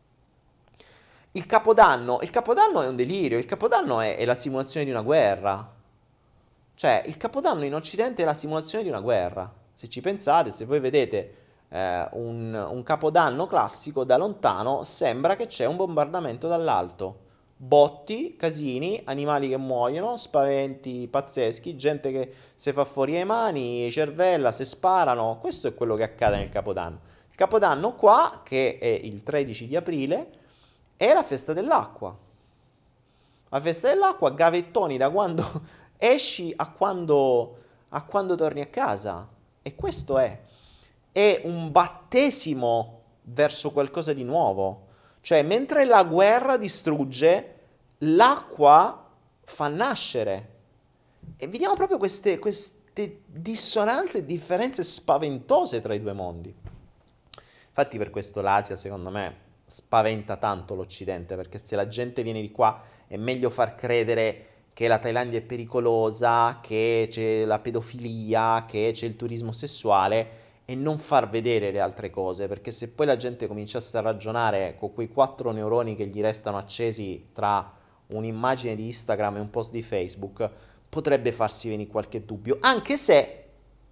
Il Capodanno è un delirio, il Capodanno è la simulazione di una guerra. Cioè, il Capodanno in Occidente è la simulazione di una guerra. Se ci pensate, se voi vedete un Capodanno classico, da lontano sembra che c'è un bombardamento dall'alto. Botti, casini, animali che muoiono, spaventi pazzeschi, gente che si fa fuori le mani, cervella, si sparano. Questo è quello che accade nel Capodanno. Il Capodanno qua, che è il 13 di aprile, è la festa dell'acqua. La festa dell'acqua, gavettoni da quando esci a quando torni a casa. E questo è un battesimo verso qualcosa di nuovo. Cioè, mentre la guerra distrugge, l'acqua fa nascere. E vediamo proprio queste dissonanze e differenze spaventose tra i due mondi. Infatti per questo l'Asia, secondo me, spaventa tanto l'Occidente, perché se la gente viene di qua è meglio far credere che la Thailandia è pericolosa, che c'è la pedofilia, che c'è il turismo sessuale, e non far vedere le altre cose, perché se poi la gente cominciasse a ragionare con quei 4 neuroni che gli restano accesi tra un'immagine di Instagram e un post di Facebook, potrebbe farsi venire qualche dubbio, anche se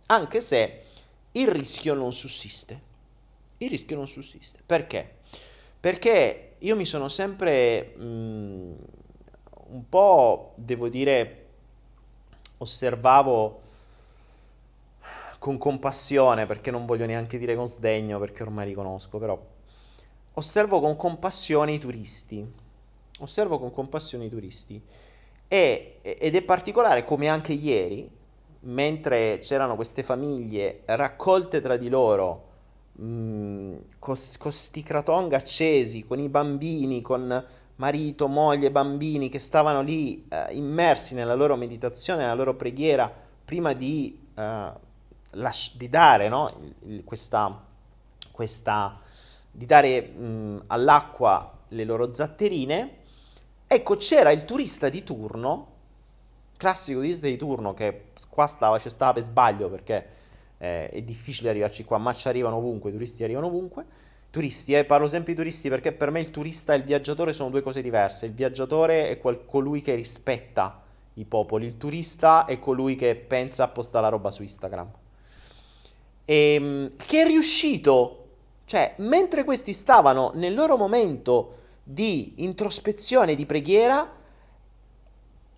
il rischio non sussiste. Il rischio non sussiste. Perché? Perché io mi sono sempre un po', devo dire, osservavo con compassione, perché non voglio neanche dire con sdegno, perché ormai li conosco, però osservo con compassione i turisti. Osservo con compassione i turisti. Ed è particolare come anche ieri, mentre c'erano queste famiglie raccolte tra di loro, con sti kratom accesi, con i bambini, con marito, moglie, bambini che stavano lì immersi nella loro meditazione, nella loro preghiera, prima di dare, no? Di dare all'acqua le loro zatterine. Ecco, c'era il turista di turno, classico turista di turno, che qua c'è stava per sbaglio, perché è difficile arrivarci qua, ma ci arrivano ovunque, i turisti arrivano ovunque. Turisti, parlo sempre di turisti perché per me il turista e il viaggiatore sono 2 cose diverse. Il viaggiatore è colui che rispetta i popoli, il turista è colui che pensa a postare la roba su Instagram. Che è riuscito, cioè, mentre questi stavano nel loro momento di introspezione, di preghiera,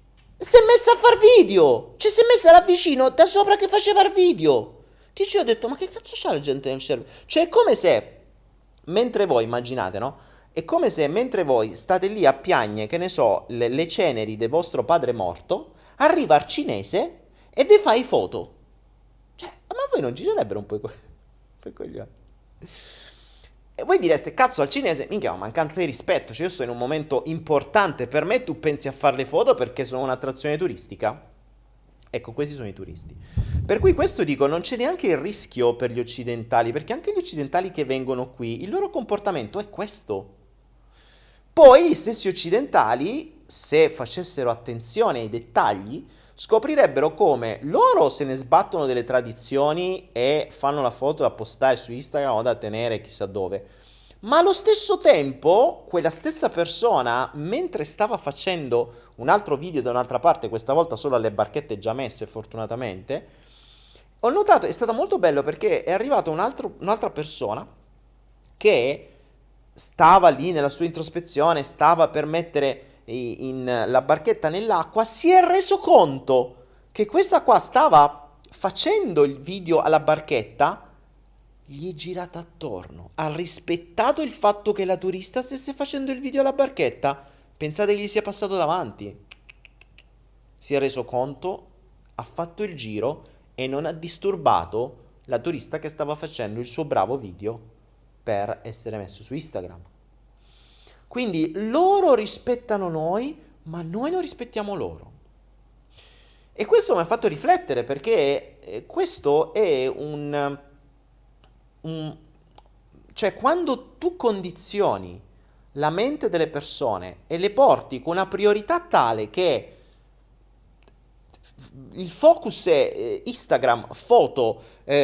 Si è messa a far video. Cioè, si è messa là vicino, da sopra che faceva il video. Dice, io ho detto, ma che cazzo c'ha la gente nel cervello? Cioè, è come se, mentre voi, immaginate, no? È come se mentre voi state lì a piagne, che ne so, le ceneri del vostro padre morto, arriva il cinese e vi fa i foto. Cioè, ma a voi non girerebbero un po' i coglioni? E voi direste, cazzo, al cinese, minchia, ma mancanza di rispetto, cioè io sto in un momento importante per me, tu pensi a fare le foto perché sono un'attrazione turistica? Ecco, questi sono i turisti. Per cui questo dico, non c'è neanche il rischio per gli occidentali, perché anche gli occidentali che vengono qui, il loro comportamento è questo. Poi gli stessi occidentali, se facessero attenzione ai dettagli, scoprirebbero come loro se ne sbattono delle tradizioni e fanno la foto da postare su Instagram o da tenere chissà dove. Ma allo stesso tempo, quella stessa persona, mentre stava facendo un altro video da un'altra parte, questa volta solo alle barchette già messe, fortunatamente, ho notato, è stato molto bello perché è arrivata un'altra persona che stava lì nella sua introspezione, stava per mettere la barchetta nell'acqua, si è reso conto che questa qua stava facendo il video alla barchetta, gli è girata attorno, ha rispettato il fatto che la turista stesse facendo il video alla barchetta, pensate che gli sia passato davanti, si è reso conto, ha fatto il giro e non ha disturbato la turista che stava facendo il suo bravo video per essere messo su Instagram. Quindi loro rispettano noi, ma noi non rispettiamo loro. E questo mi ha fatto riflettere perché questo è cioè quando tu condizioni la mente delle persone e le porti con una priorità tale che il focus è Instagram, foto,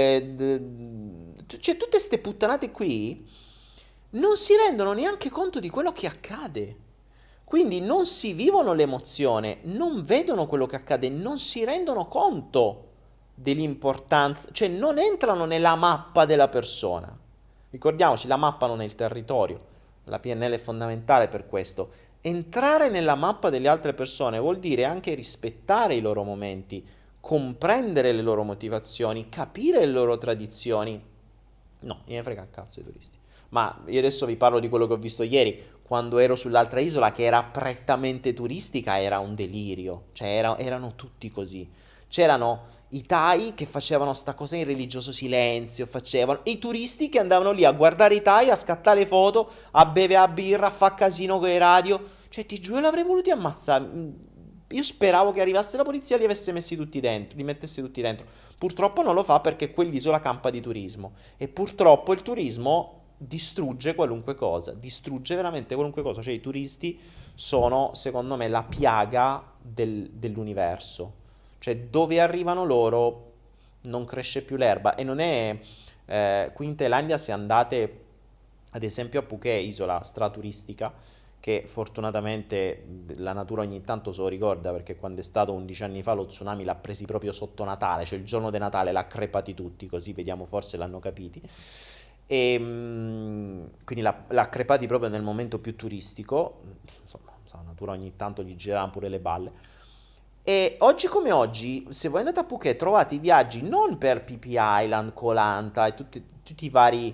cioè tutte queste puttanate qui, non si rendono neanche conto di quello che accade. Quindi non si vivono l'emozione, non vedono quello che accade, non si rendono conto dell'importanza, cioè non entrano nella mappa della persona. Ricordiamoci, la mappa non è il territorio, la PNL è fondamentale per questo. Entrare nella mappa delle altre persone vuol dire anche rispettare i loro momenti, comprendere le loro motivazioni, capire le loro tradizioni. No, me ne frega un cazzo i turisti. Ma io adesso vi parlo di quello che ho visto ieri, quando ero sull'altra isola che era prettamente turistica, era un delirio, cioè erano tutti così. C'erano i Thai che facevano sta cosa in religioso silenzio, facevano i turisti che andavano lì a guardare i Thai, a scattare le foto, a bere a birra, a fare casino con i radio. Cioè, ti giuro, l'avrei voluti ammazzare. Io speravo che arrivasse la polizia e li avesse messi tutti dentro, li mettesse tutti dentro. Purtroppo non lo fa perché quell'isola campa di turismo. E purtroppo il turismo distrugge qualunque cosa, distrugge veramente qualunque cosa. Cioè, i turisti sono, secondo me, la piaga dell'universo. Cioè, dove arrivano loro non cresce più l'erba. E non è... qui in Thailandia, se andate, ad esempio, a Phuket, isola straturistica, che fortunatamente la natura ogni tanto se lo ricorda, perché quando è stato 11 anni fa lo tsunami l'ha presi proprio sotto Natale, cioè il giorno di Natale l'ha crepati tutti, così vediamo, forse l'hanno capiti. E quindi l'ha crepati proprio nel momento più turistico. Insomma, la natura ogni tanto gli girava pure le balle. E oggi come oggi, se voi andate a Phuket trovate i viaggi non per PP Island, Koh Lanta e tutti i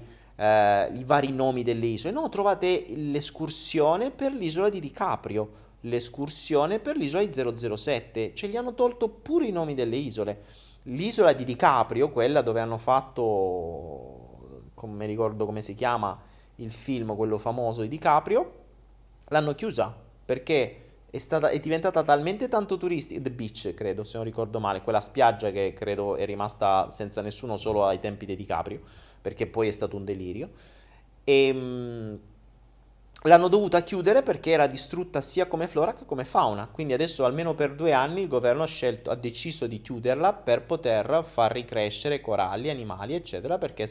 vari nomi delle isole, no, trovate l'escursione per l'isola di DiCaprio, l'escursione per l'isola di 007, ce li hanno tolto pure i nomi delle isole. L'isola di DiCaprio, quella dove hanno fatto, non mi ricordo come si chiama, il film, quello famoso di DiCaprio, l'hanno chiusa perché è diventata talmente tanto turistica, The Beach credo, se non ricordo male, quella spiaggia che credo è rimasta senza nessuno solo ai tempi di DiCaprio, perché poi è stato un delirio, e l'hanno dovuta chiudere perché era distrutta sia come flora che come fauna, quindi adesso almeno per 2 anni il governo ha deciso di chiuderla per poter far ricrescere coralli, animali, eccetera, perché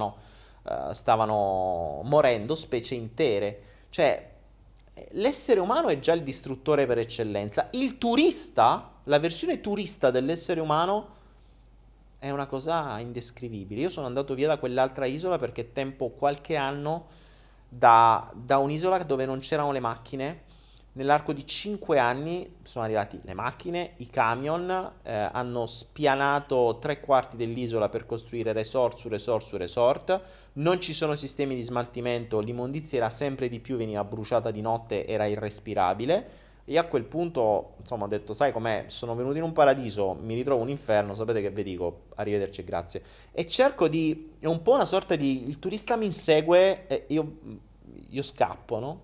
stavano morendo specie intere. Cioè, l'essere umano è già il distruttore per eccellenza. Il turista, la versione turista dell'essere umano è una cosa indescrivibile. Io sono andato via da quell'altra isola perché tempo qualche anno da un'isola dove non c'erano le macchine, nell'arco di 5 anni sono arrivati le macchine, i camion, hanno spianato 3/4 dell'isola per costruire resort su resort su resort, non ci sono sistemi di smaltimento, l'immondizia era sempre di più, veniva bruciata di notte, era irrespirabile. E a quel punto, insomma, ho detto, sai com'è, sono venuto in un paradiso, mi ritrovo un inferno, sapete che vi dico, arrivederci e grazie. E cerco di, è un po' una sorta di, il turista mi insegue e io scappo, no?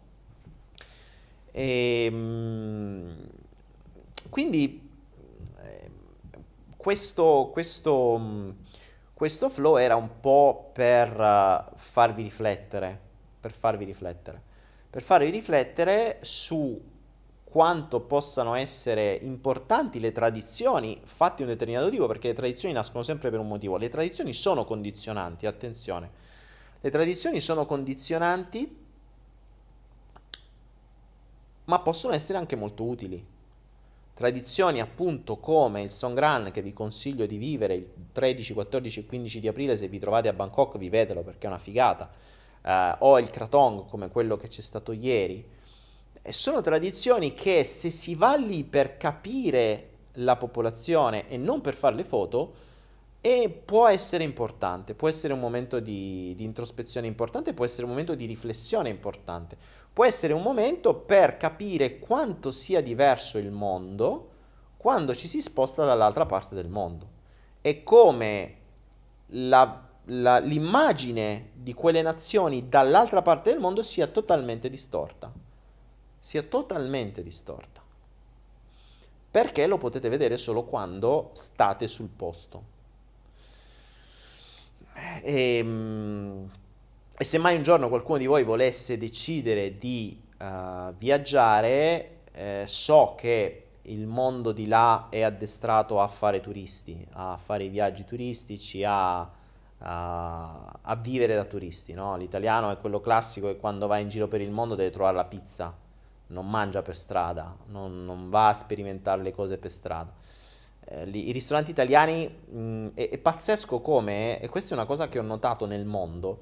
E, quindi questo flow era un po' per farvi riflettere, per farvi riflettere su quanto possano essere importanti le tradizioni fatte di un determinato tipo, perché le tradizioni nascono sempre per un motivo. Le tradizioni sono condizionanti, attenzione. Le tradizioni sono condizionanti, ma possono essere anche molto utili. Tradizioni appunto come il Songkran, che vi consiglio di vivere il 13, 14 e 15 di aprile, se vi trovate a Bangkok vivetelo perché è una figata, o il Krathong come quello che c'è stato ieri. E sono tradizioni che, se si va lì per capire la popolazione e non per fare le foto, può essere importante, può essere un momento di introspezione importante, può essere un momento di riflessione importante, può essere un momento per capire quanto sia diverso il mondo quando ci si sposta dall'altra parte del mondo e come l'immagine di quelle nazioni dall'altra parte del mondo sia totalmente distorta. Perché lo potete vedere solo quando state sul posto. E se mai un giorno qualcuno di voi volesse decidere di viaggiare, so che il mondo di là è addestrato a fare turisti, a fare i viaggi turistici, a vivere da turisti, no? L'italiano è quello classico che quando va in giro per il mondo deve trovare la pizza, non mangia per strada, non va a sperimentare le cose per strada. I ristoranti italiani, è pazzesco come, e questa è una cosa che ho notato nel mondo,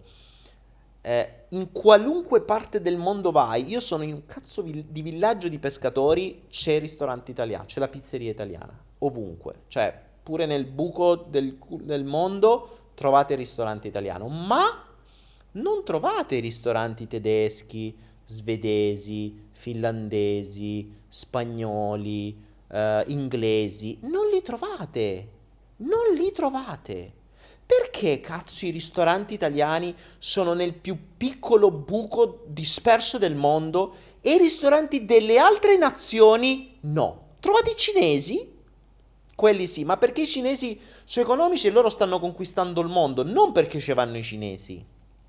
in qualunque parte del mondo vai, io sono in un cazzo di villaggio di pescatori, c'è il ristorante italiano, c'è la pizzeria italiana, ovunque, cioè pure nel buco del mondo trovate il ristorante italiano, ma non trovate i ristoranti tedeschi, svedesi, finlandesi, spagnoli, inglesi, non li trovate, non li trovate. Perché cazzo i ristoranti italiani sono nel più piccolo buco disperso del mondo e i ristoranti delle altre nazioni no? Trovate i cinesi? Quelli sì, ma perché i cinesi sono economici e loro stanno conquistando il mondo, non perché ci vanno i cinesi.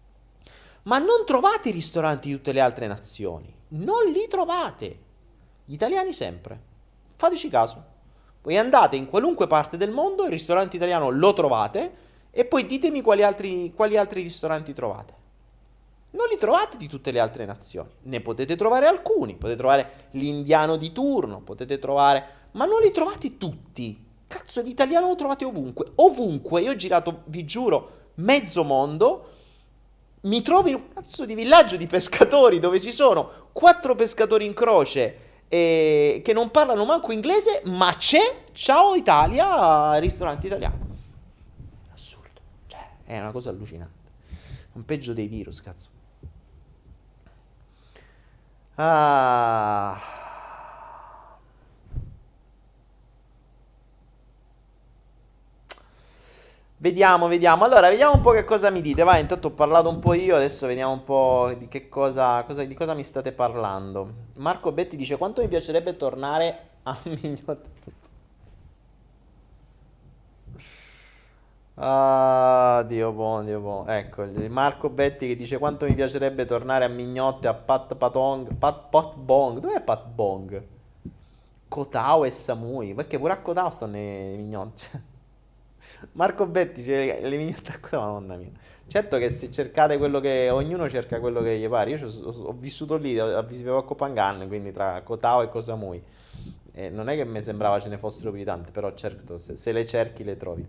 Ma non trovate i ristoranti di tutte le altre nazioni, non li trovate. Gli italiani sempre. Fateci caso. Voi andate in qualunque parte del mondo, il ristorante italiano lo trovate e poi ditemi quali altri ristoranti trovate. Non li trovate di tutte le altre nazioni. Ne potete trovare alcuni, potete trovare l'indiano di turno, potete trovare, ma non li trovate tutti. Cazzo, l'italiano lo trovate ovunque. Ovunque, io ho girato, vi giuro, mezzo mondo. Mi trovo in un cazzo di villaggio di pescatori dove ci sono 4 pescatori in croce che non parlano manco inglese, ma c'è, ciao Italia, ristorante italiano. Assurdo, cioè è una cosa allucinante. Un peggio dei virus, cazzo. Ah. Vediamo. Allora, vediamo un po' che cosa mi dite. Vai, intanto ho parlato un po' io, adesso vediamo un po' di che di cosa mi state parlando. Marco Betti dice: quanto mi piacerebbe tornare a Mignotta. Ah, Dio buono. Ecco, Marco Betti che dice: quanto mi piacerebbe tornare a Mignotte, a Pat Bong. Dov'è Pat Bong? Kotao e Samui. Perché pure a Kotao stanno nei Mignotte. Marco Betti, cioè, le mignotte a Kotao, madonna mia. Certo che se cercate quello che... Ognuno cerca quello che gli pare. Io ho vissuto lì, vivevo a Koh Phangan, quindi tra Kotao e Koh Samui. Non è che mi sembrava ce ne fossero più tante, però certo, se le cerchi le trovi.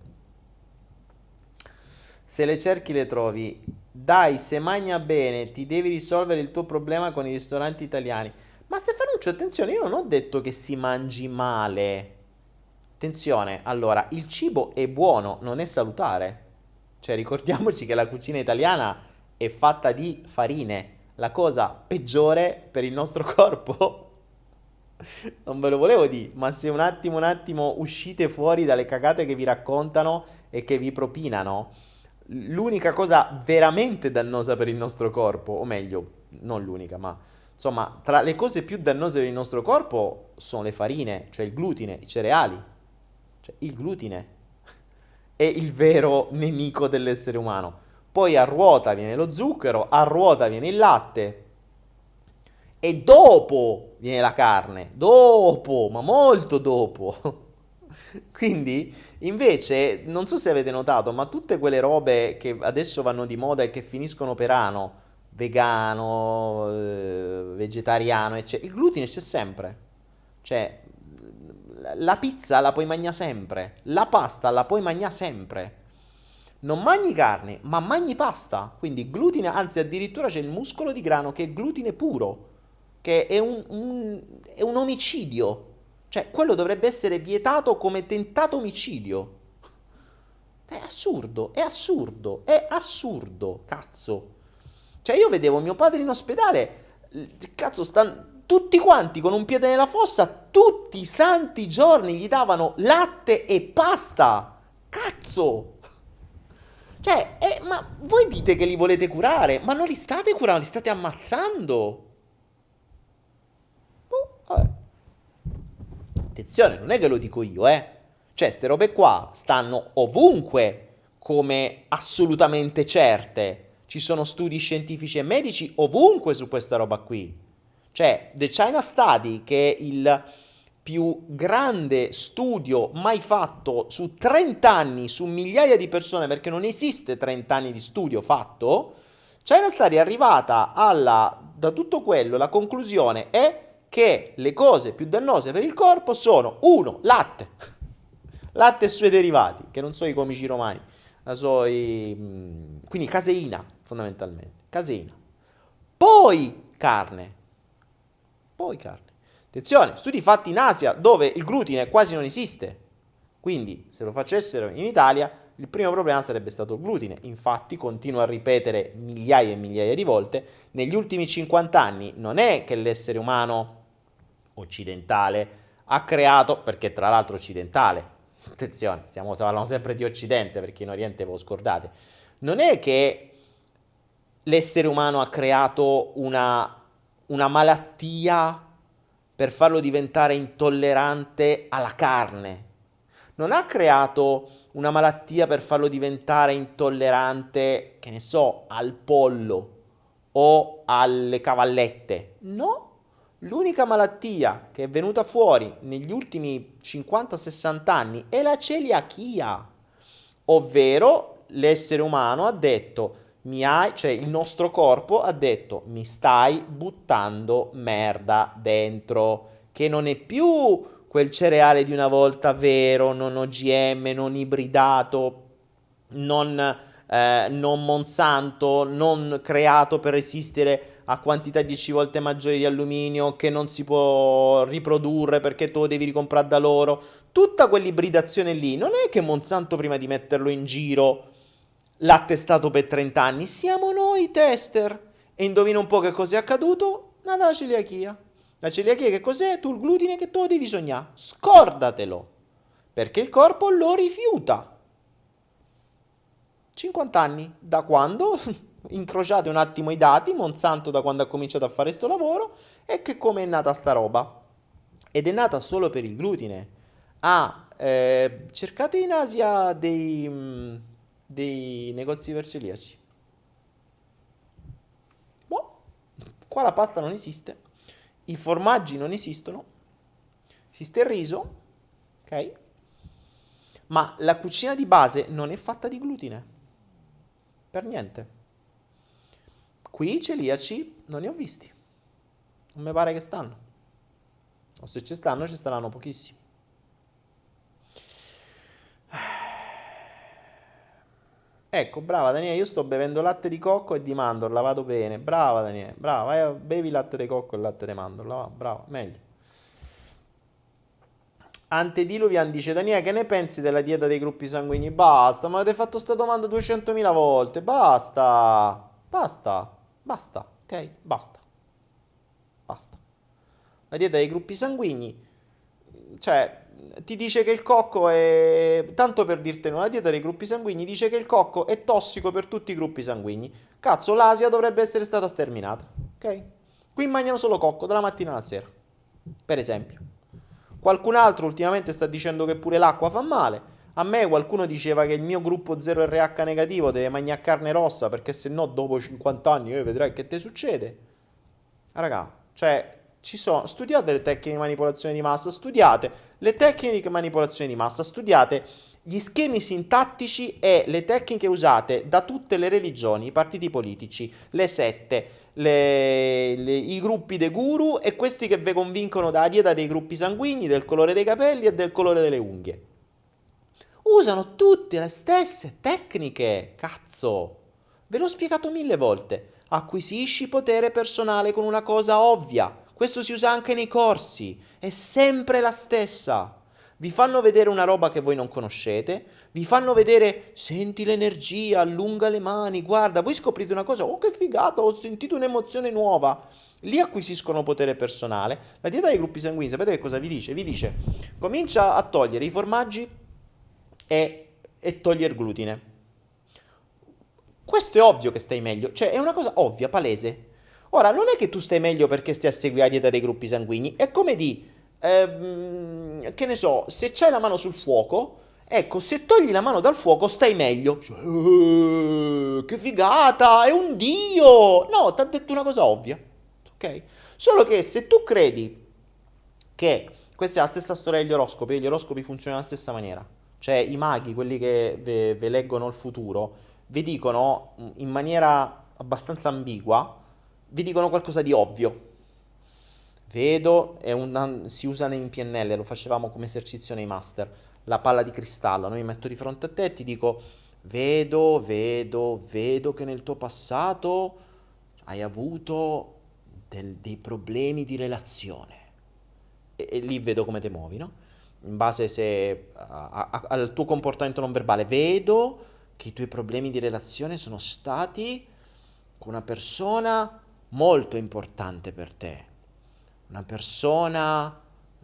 Se le cerchi le trovi. Dai, se magna bene, ti devi risolvere il tuo problema con i ristoranti italiani. Ma Stefanuccio, attenzione, io non ho detto che si mangi male. Attenzione, allora, il cibo è buono, non è salutare. Cioè, ricordiamoci che la cucina italiana è fatta di farine, la cosa peggiore per il nostro corpo. Non ve lo volevo dire, ma se un attimo uscite fuori dalle cagate che vi raccontano e che vi propinano, l'unica cosa veramente dannosa per il nostro corpo, o meglio, non l'unica, ma insomma, tra le cose più dannose per il nostro corpo sono le farine, cioè il glutine, i cereali. Cioè, il glutine è il vero nemico dell'essere umano. Poi a ruota viene lo zucchero, a ruota viene il latte e dopo viene la carne. Dopo, ma molto dopo. Quindi, invece, non so se avete notato, ma tutte quelle robe che adesso vanno di moda e che finiscono per ano, vegano, vegetariano, eccetera, il glutine c'è sempre. Cioè, la pizza la puoi mangiare sempre, la pasta la puoi mangiare sempre. Non mangi carne, ma mangi pasta. Quindi glutine, anzi addirittura c'è il muscolo di grano che è glutine puro, che è è un omicidio. Cioè, quello dovrebbe essere vietato come tentato omicidio. È assurdo, è assurdo, è assurdo, cazzo. Cioè, io vedevo mio padre in ospedale, cazzo, stanno tutti quanti con un piede nella fossa, tutti i santi giorni gli davano latte e pasta. Cazzo! Cioè, ma voi dite che li volete curare, ma non li state curando, li state ammazzando. Vabbè. Attenzione, non è che lo dico io, eh. Cioè, ste robe qua stanno ovunque come assolutamente certe. Ci sono studi scientifici e medici ovunque su questa roba qui. Cioè, The China Study, che è il più grande studio mai fatto su 30 anni, su migliaia di persone, perché non esiste 30 anni di studio fatto, China Study è arrivata da tutto quello, la conclusione è che le cose più dannose per il corpo sono 1. Latte, latte e suoi derivati, che non so i comici romani, ma quindi caseina, fondamentalmente, caseina. Poi carne, poi carne. Attenzione, studi fatti in Asia dove il glutine quasi non esiste. Quindi, se lo facessero in Italia, il primo problema sarebbe stato il glutine. Infatti, continuo a ripetere migliaia e migliaia di volte, negli ultimi 50 anni non è che l'essere umano occidentale ha creato, perché tra l'altro occidentale, attenzione, stiamo parlando sempre di Occidente, perché in Oriente ve lo scordate, non è che l'essere umano ha creato una malattia per farlo diventare intollerante alla carne. Non ha creato una malattia per farlo diventare intollerante, che ne so, al pollo o alle cavallette. No, l'unica malattia che è venuta fuori negli ultimi 50-60 anni è la celiachia, ovvero l'essere umano ha detto, cioè il nostro corpo ha detto, mi stai buttando merda dentro, che non è più quel cereale di una volta vero, non OGM, non ibridato, non Monsanto, non creato per resistere a quantità 10 volte maggiori di alluminio, che non si può riprodurre perché tu lo devi ricomprare da loro. Tutta quell'ibridazione lì, non è che Monsanto prima di metterlo in giro l'ha testato per 30 anni, siamo noi i tester. E indovina un po' che cos'è accaduto? Nata la celiachia. La celiachia che cos'è? Tu il glutine che tu lo devi sognare. Scordatelo, perché il corpo lo rifiuta. 50 anni, da quando? Incrociate un attimo i dati, Monsanto da quando ha cominciato a fare sto lavoro e che come è nata sta roba. Ed è nata solo per il glutine. Cercate in Asia dei negozi per celiaci. Boh, qua la pasta non esiste, i formaggi non esistono, esiste il riso, ok? Ma la cucina di base non è fatta di glutine, per niente. Qui i celiaci non ne ho visti, non mi pare che stanno, o se ci stanno, ci staranno pochissimi. Ecco, brava Daniele, io sto bevendo latte di cocco e di mandorla, vado bene. Brava Daniele, brava, bevi latte di cocco e latte di mandorla, va, brava, meglio. Antediluvian dice, Daniele, che ne pensi della dieta dei gruppi sanguigni? Basta, ma avete fatto sta domanda 200.000 volte, basta, basta, basta, ok? Basta, basta. La dieta dei gruppi sanguigni, cioè, ti dice che il cocco è, tanto per dirtene una dieta dei gruppi sanguigni, dice che il cocco è tossico per tutti i gruppi sanguigni. Cazzo, l'Asia dovrebbe essere stata sterminata, ok? Qui mangiano solo cocco dalla mattina alla sera, per esempio. Qualcun altro ultimamente sta dicendo che pure l'acqua fa male. A me qualcuno diceva che il mio gruppo 0RH negativo deve mangiare carne rossa perché se no dopo 50 anni vedrai che ti succede. Raga, cioè studiate le tecniche di manipolazione di massa, studiate le tecniche di manipolazione di massa, studiate gli schemi sintattici e le tecniche usate da tutte le religioni, i partiti politici, le sette, i gruppi dei guru e questi che vi convincono dalla dieta dei gruppi sanguigni, del colore dei capelli e del colore delle unghie. Usano tutte le stesse tecniche, cazzo. Ve l'ho spiegato 1000 volte. Acquisisci potere personale con una cosa ovvia. Questo si usa anche nei corsi. È sempre la stessa. Vi fanno vedere una roba che voi non conoscete, vi fanno vedere, senti l'energia, allunga le mani, guarda, voi scoprite una cosa, oh che figata, ho sentito un'emozione nuova. Lì acquisiscono potere personale. La dieta dei gruppi sanguigni, sapete che cosa vi dice? Vi dice, comincia a togliere i formaggi e togliere il glutine. Questo è ovvio che stai meglio, cioè è una cosa ovvia, palese. Ora, non è che tu stai meglio perché stai a seguire la dieta dei gruppi sanguigni, è come di... che ne so, se c'hai la mano sul fuoco, ecco, se togli la mano dal fuoco stai meglio. Che figata, è un dio! No, ti ha detto una cosa ovvia, ok? Solo che se tu credi che questa è la stessa storia degli oroscopi, e gli oroscopi funzionano alla stessa maniera, cioè i maghi, quelli che vi leggono il futuro, vi dicono in maniera abbastanza ambigua, vi dicono qualcosa di ovvio. Vedo, si usa in PNL, lo facevamo come esercizio nei master, la palla di cristallo, no? Mi metto di fronte a te e ti dico, vedo che nel tuo passato hai avuto dei problemi di relazione. E lì vedo come ti muovi, no? In base al tuo comportamento non verbale, vedo che i tuoi problemi di relazione sono stati con una persona molto importante per te. Una persona,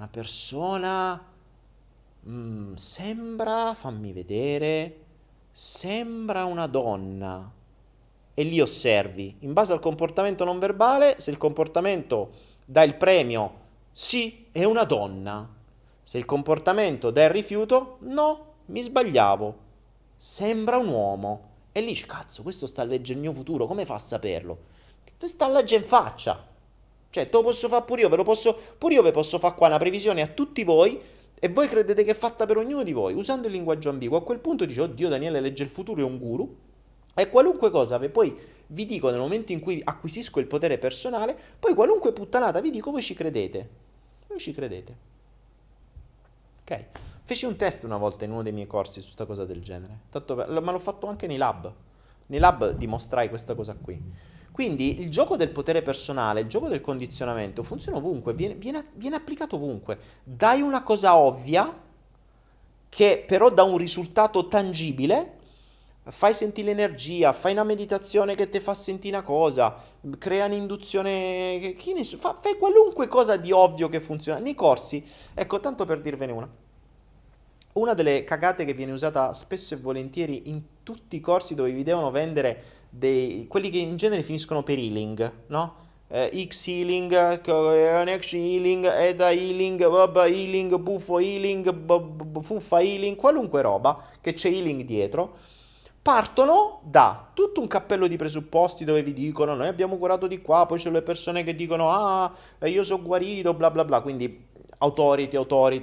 sembra, fammi vedere, sembra una donna. E lì osservi, in base al comportamento non verbale, se il comportamento dà il premio, sì, è una donna. Se il comportamento dà il rifiuto, no, mi sbagliavo, sembra un uomo. E lì, cazzo, questo sta a leggere il mio futuro, come fa a saperlo? Ti sta a leggere in faccia. Cioè, te lo posso fare pure io, pure io vi posso fare qua una previsione a tutti voi e voi credete che è fatta per ognuno di voi, usando il linguaggio ambiguo. A quel punto dice, oddio, Daniele legge il futuro, è un guru. E qualunque cosa poi vi dico nel momento in cui acquisisco il potere personale, poi qualunque puttanata vi dico, voi ci credete. Voi ci credete. Ok? Feci un test una volta in uno dei miei corsi su sta cosa del genere. Ma l'ho fatto anche nei lab. Nei lab dimostrai questa cosa qui. Quindi il gioco del potere personale, il gioco del condizionamento funziona ovunque, viene applicato ovunque. Dai una cosa ovvia, che però dà un risultato tangibile, fai sentire l'energia, fai una meditazione che ti fa sentire una cosa, crea un'induzione, fai qualunque cosa di ovvio che funziona. Nei corsi, ecco, tanto per dirvene una delle cagate che viene usata spesso e volentieri in tutti i corsi dove vi devono vendere quelli che in genere finiscono per healing, no? X healing, Next healing, ETA healing, Baba healing, Buffo healing, Fuffa healing, qualunque roba che c'è healing dietro, partono da tutto un cappello di presupposti dove vi dicono noi abbiamo curato di qua, poi c'è le persone che dicono io sono guarito, bla bla bla, quindi authority.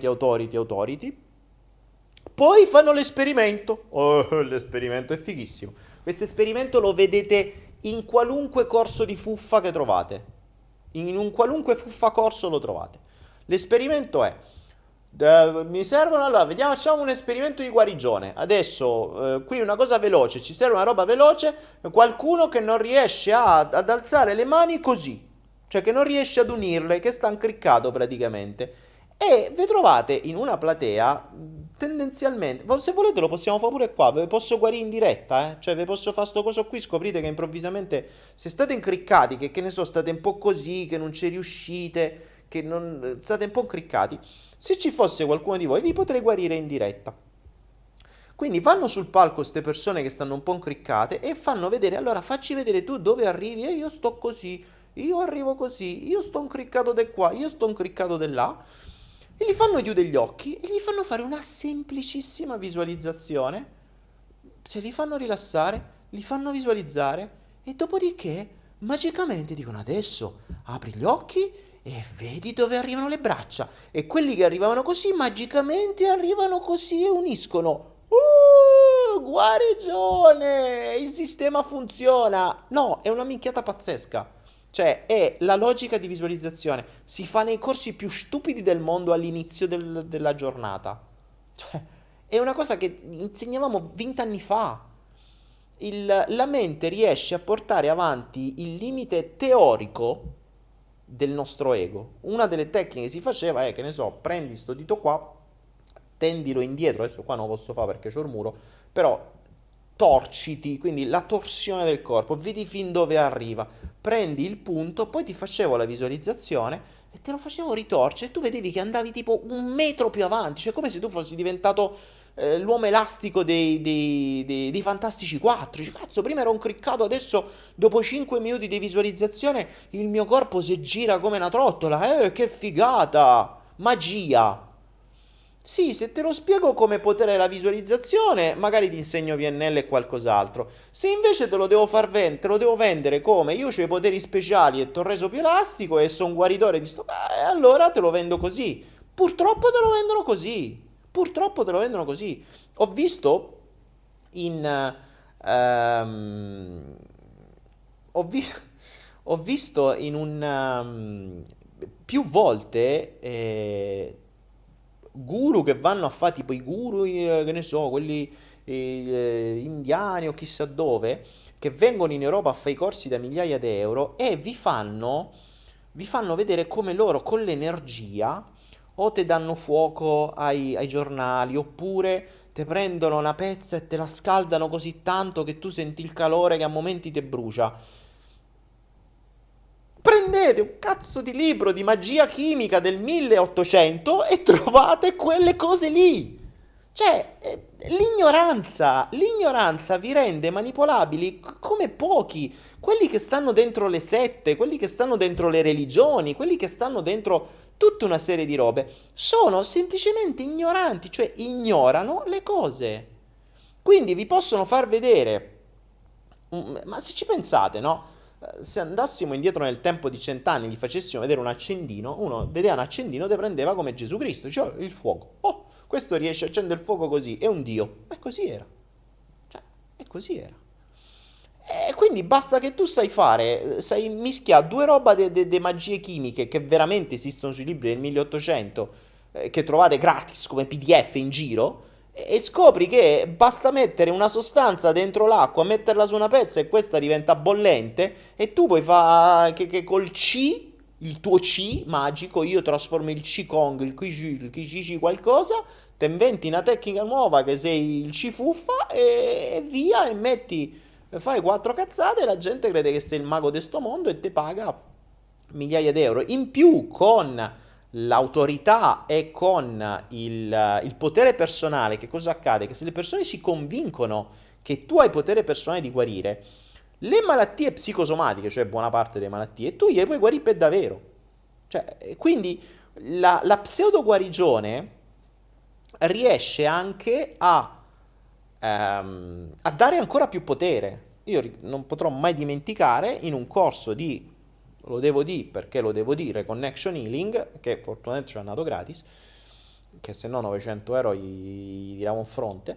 Poi fanno l'esperimento. L'esperimento è fighissimo. Questo esperimento lo vedete in qualunque corso di fuffa che trovate. In un qualunque fuffa corso lo trovate. L'esperimento è: Mi servono, allora, vediamo, facciamo un esperimento di guarigione. Adesso, qui una cosa veloce, ci serve una roba veloce, qualcuno che non riesce ad alzare le mani così, cioè che non riesce ad unirle, che sta incriccato praticamente. E vi trovate in una platea, tendenzialmente, se volete lo possiamo fare pure qua, ve posso guarire in diretta, cioè vi posso fare sto coso qui, scoprite che improvvisamente, se state incriccati, che ne so, state un po' così, che non ci riuscite, che non state un po' incriccati, se ci fosse qualcuno di voi vi potrei guarire in diretta. Quindi vanno sul palco queste persone che stanno un po' incriccate e fanno vedere, allora facci vedere tu dove arrivi, e io sto così, io arrivo così, io sto incriccato di qua, io sto incriccato di là, e gli fanno chiudere gli occhi e gli fanno fare una semplicissima visualizzazione, se li fanno rilassare, li fanno visualizzare e dopodiché magicamente dicono adesso apri gli occhi e vedi dove arrivano le braccia, e quelli che arrivavano così magicamente arrivano così e uniscono. Guarigione! Il sistema funziona! No, è una minchiata pazzesca. Cioè, è la logica di visualizzazione. Si fa nei corsi più stupidi del mondo all'inizio della giornata. Cioè, è una cosa che insegnavamo 20 anni fa. La mente riesce a portare avanti il limite teorico del nostro ego. Una delle tecniche che si faceva è, che ne so, prendi sto dito qua, tendilo indietro, adesso qua non lo posso fare perché c'ho il muro, però torciti, quindi la torsione del corpo, vedi fin dove arriva, prendi il punto, poi ti facevo la visualizzazione e te lo facevo ritorcere e tu vedevi che andavi tipo 1 metro più avanti, cioè come se tu fossi diventato l'uomo elastico dei Fantastici 4. Dici, cazzo, prima ero incriccato, adesso dopo 5 minuti di visualizzazione il mio corpo si gira come una trottola, che figata, magia. Sì, se te lo spiego come potere della visualizzazione, magari ti insegno PNL e qualcos'altro. Se invece te lo devo te lo devo vendere come io ho i poteri speciali e ti ho reso più elastico e sono un guaritore di sto... allora te lo vendo così. Purtroppo te lo vendono così. Purtroppo te lo vendono così. Ho visto in... ho, vi- ho visto in un... più volte... guru che vanno a fare tipo i guru, che ne so, quelli indiani o chissà dove, che vengono in Europa a fare i corsi da migliaia di euro e vi fanno vedere come loro con l'energia o te danno fuoco ai giornali oppure te prendono una pezza e te la scaldano così tanto che tu senti il calore che a momenti ti brucia. Prendete un cazzo di libro di magia chimica del 1800 e trovate quelle cose lì. Cioè, l'ignoranza vi rende manipolabili come pochi. Quelli che stanno dentro le sette, quelli che stanno dentro le religioni, quelli che stanno dentro tutta una serie di robe, sono semplicemente ignoranti, cioè ignorano le cose. Quindi vi possono far vedere, ma se ci pensate, no? Se andassimo indietro nel tempo di 100 anni, gli facessimo vedere un accendino, uno vedeva un accendino, te prendeva come Gesù Cristo, cioè il fuoco. Oh, questo riesce a accendere il fuoco così, è un Dio. E così era. Cioè, e così era. E quindi basta che tu sai mischiare due roba di magie chimiche che veramente esistono sui libri del 1800, che trovate gratis come PDF in giro, e scopri che basta mettere una sostanza dentro l'acqua, metterla su una pezza e questa diventa bollente e tu puoi fare che col C, il tuo C magico, io trasformo il Qigong, il Qi qualcosa, te inventi una tecnica nuova che sei il Cifuffa e via e fai 4 cazzate e la gente crede che sei il mago di sto mondo e te paga migliaia di euro. In più con l'autorità e con il potere personale, che cosa accade? Che se le persone si convincono che tu hai potere personale di guarire, le malattie psicosomatiche, cioè buona parte delle malattie, tu gliele puoi guarire per davvero. Cioè, quindi la pseudo guarigione riesce anche a dare ancora più potere. Io non potrò mai dimenticare in un corso di, lo devo dire perché lo devo dire, Connection Healing, che fortunatamente ci è andato gratis, che se no 900 euro gli tiravo un fronte,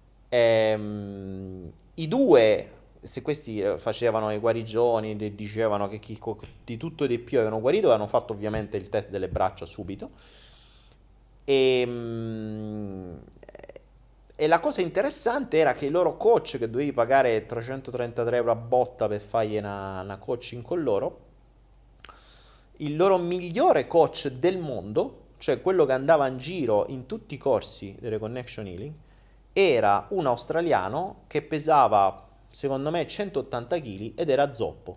i due, se questi facevano le guarigioni, dicevano che di tutto e di più avevano guarito, avevano fatto ovviamente il test delle braccia subito, E, e la cosa interessante era che i loro coach, che dovevi pagare 333 euro a botta per fargli una coaching con loro, il loro migliore coach del mondo, cioè quello che andava in giro in tutti i corsi delle Connection Healing, era un australiano che pesava, secondo me, 180 kg ed era zoppo.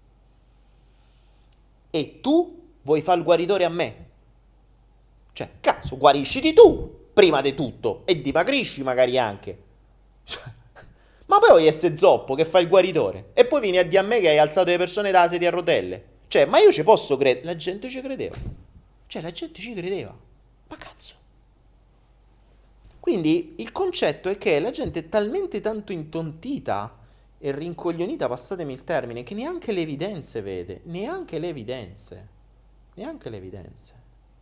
E tu vuoi fare il guaritore a me? Cioè, cazzo, guarisciti tu, prima di tutto, e dimagrisci magari anche. Ma poi vuoi essere zoppo che fa il guaritore? E poi vieni a dire a me che hai alzato le persone dalla sedia a rotelle? Cioè, ma io ci posso credere? La gente ci credeva. Cioè, la gente ci credeva. Ma cazzo. Quindi il concetto è che la gente è talmente tanto intontita e rincoglionita, passatemi il termine, che neanche le evidenze vede. Neanche le evidenze. Neanche le evidenze.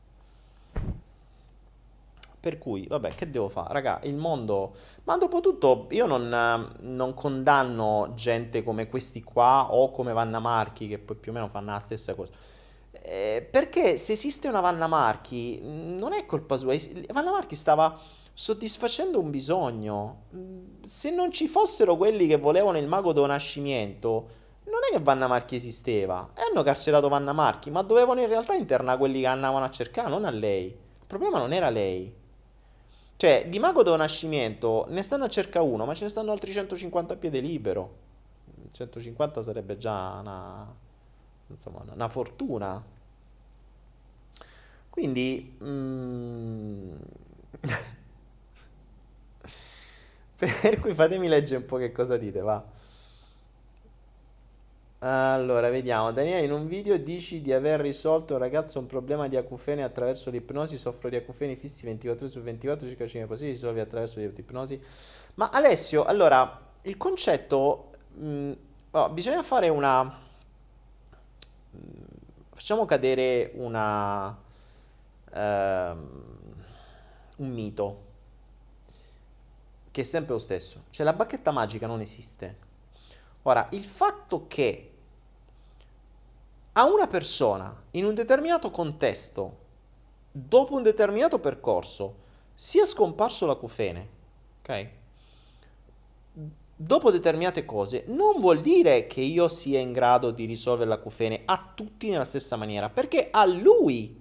Per cui, vabbè, che devo fare? Raga, il mondo... Ma dopo tutto, io non condanno gente come questi qua o come Vanna Marchi, che poi più o meno fanno la stessa cosa. Perché se esiste una Vanna Marchi, non è colpa sua. Vanna Marchi stava soddisfacendo un bisogno. Se non ci fossero quelli che volevano il mago do nascimento, non è che Vanna Marchi esisteva. E hanno carcerato Vanna Marchi, ma dovevano in realtà internare quelli che andavano a cercare, non a lei. Il problema non era lei. Cioè, di mago do nascimento ne stanno a cercare uno, ma ce ne stanno altri 150 a piede libero. 150 sarebbe già insomma, una fortuna. Quindi, per cui fatemi leggere un po' che cosa dite, va. Allora, vediamo. Daniele, in un video dici di aver risolto a un ragazzo un problema di acufene attraverso l'ipnosi. Soffro di acufeni fissi 24 ore su 24, circa 5 così, si risolve attraverso l'ipnosi. Ma Alessio, allora, il concetto... bisogna fare facciamo cadere un mito, che è sempre lo stesso. Cioè, la bacchetta magica non esiste. Ora, il fatto che a una persona in un determinato contesto, dopo un determinato percorso, sia scomparso l'acufene, ok? Dopo determinate cose, non vuol dire che io sia in grado di risolvere l'acufene a tutti nella stessa maniera, perché lui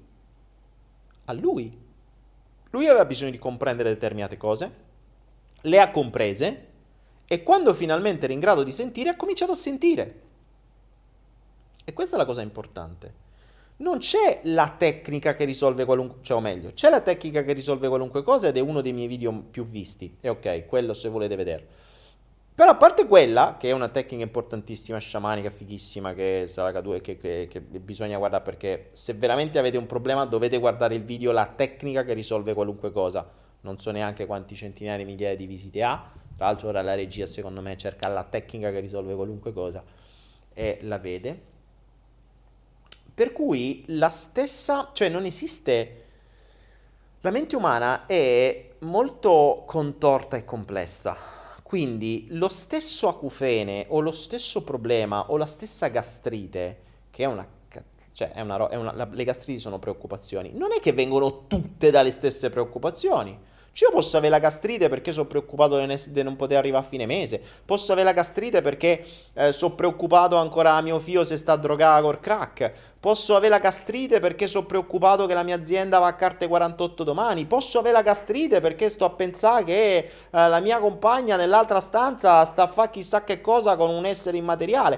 aveva bisogno di comprendere determinate cose, le ha comprese, e quando finalmente era in grado di sentire, ha cominciato a sentire. E questa è la cosa importante. Non c'è la tecnica che risolve qualunque... Cioè, o meglio, c'è la tecnica che risolve qualunque cosa ed è uno dei miei video più visti. E ok, quello se volete vederlo. Però a parte quella, che è una tecnica importantissima, sciamanica, fighissima, che sarà che bisogna guardare, perché se veramente avete un problema dovete guardare il video, la tecnica che risolve qualunque cosa. Non so neanche quanti centinaia di migliaia di visite ha. Tra l'altro ora la regia secondo me cerca la tecnica che risolve qualunque cosa e la vede. Per cui la stessa, cioè non esiste, la mente umana è molto contorta e complessa, quindi lo stesso acufene o lo stesso problema o la stessa gastrite, che è cioè le gastriti sono preoccupazioni, non è che vengono tutte dalle stesse preoccupazioni. Cioè io posso avere la gastrite perché sono preoccupato di non poter arrivare a fine mese, posso avere la gastrite perché sono preoccupato ancora a mio figlio se sta drogato col crack, posso avere la gastrite perché sono preoccupato che la mia azienda va a carte 48 domani, posso avere la gastrite perché sto a pensare che la mia compagna nell'altra stanza sta a fare chissà che cosa con un essere immateriale,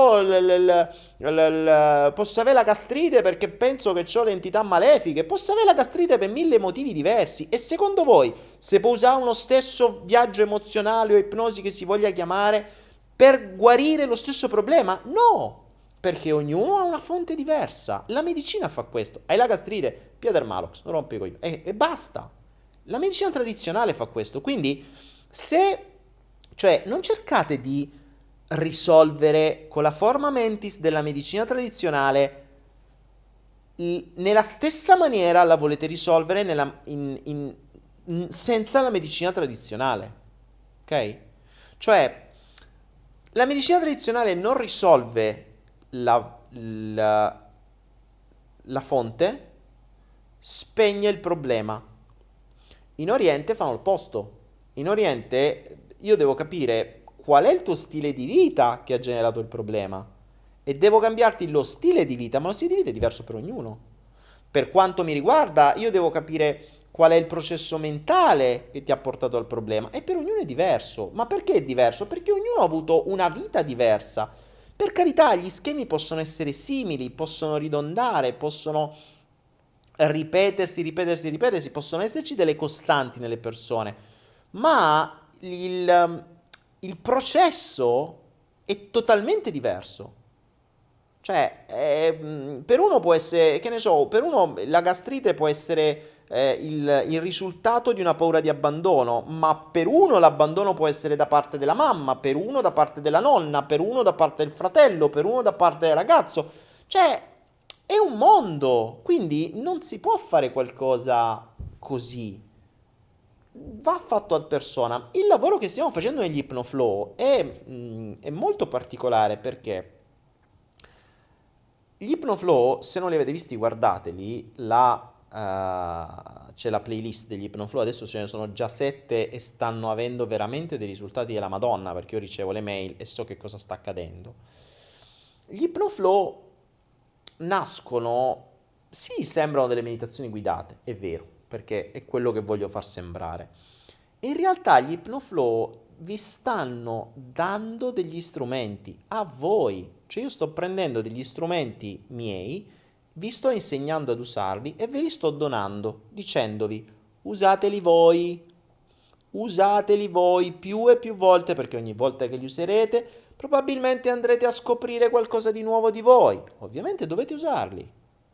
posso avere la gastrite perché penso che ho le entità malefiche, posso avere la gastrite per 1000 motivi diversi. E secondo voi se può usare uno stesso viaggio emozionale o ipnosi che si voglia chiamare per guarire lo stesso problema? No, perché ognuno ha una fonte diversa. La medicina fa questo. Hai la gastrite, Pieter Malox, non rompi i coglioni, e basta. La medicina tradizionale fa questo. Quindi cioè non cercate di risolvere con la forma mentis della medicina tradizionale nella stessa maniera la volete risolvere senza la medicina tradizionale, ok? Cioè la medicina tradizionale non risolve la fonte, spegne il problema. In Oriente fanno il posto. In Oriente io devo capire qual è il tuo stile di vita che ha generato il problema e devo cambiarti lo stile di vita, ma lo stile di vita è diverso per ognuno. Per quanto mi riguarda, io devo capire qual è il processo mentale che ti ha portato al problema e per ognuno è diverso. Ma perché è diverso? Perché ognuno ha avuto una vita diversa. Per carità, gli schemi possono essere simili, possono ridondare, possono ripetersi, possono esserci delle costanti nelle persone, ma il processo è totalmente diverso. Cioè, per uno può essere, che ne so, per uno la gastrite può essere il risultato di una paura di abbandono, ma per uno l'abbandono può essere da parte della mamma, per uno da parte della nonna, per uno da parte del fratello, per uno da parte del ragazzo. Cioè, è un mondo, quindi non si può fare qualcosa così. Va fatto ad persona. Il lavoro che stiamo facendo negli Hypnoflow è molto particolare perché gli Hypnoflow, se non li avete visti, guardateli. C'è la playlist degli Hypnoflow, adesso ce ne sono già 7 e stanno avendo veramente dei risultati della Madonna, perché io ricevo le mail e so che cosa sta accadendo. Gli Hypnoflow nascono, sì, sembrano delle meditazioni guidate, è vero, perché è quello che voglio far sembrare. In realtà gli Hypnoflow vi stanno dando degli strumenti a voi, cioè io sto prendendo degli strumenti miei, vi sto insegnando ad usarli e ve li sto donando, dicendovi usateli voi più e più volte, perché ogni volta che li userete probabilmente andrete a scoprire qualcosa di nuovo di voi. Ovviamente dovete usarli.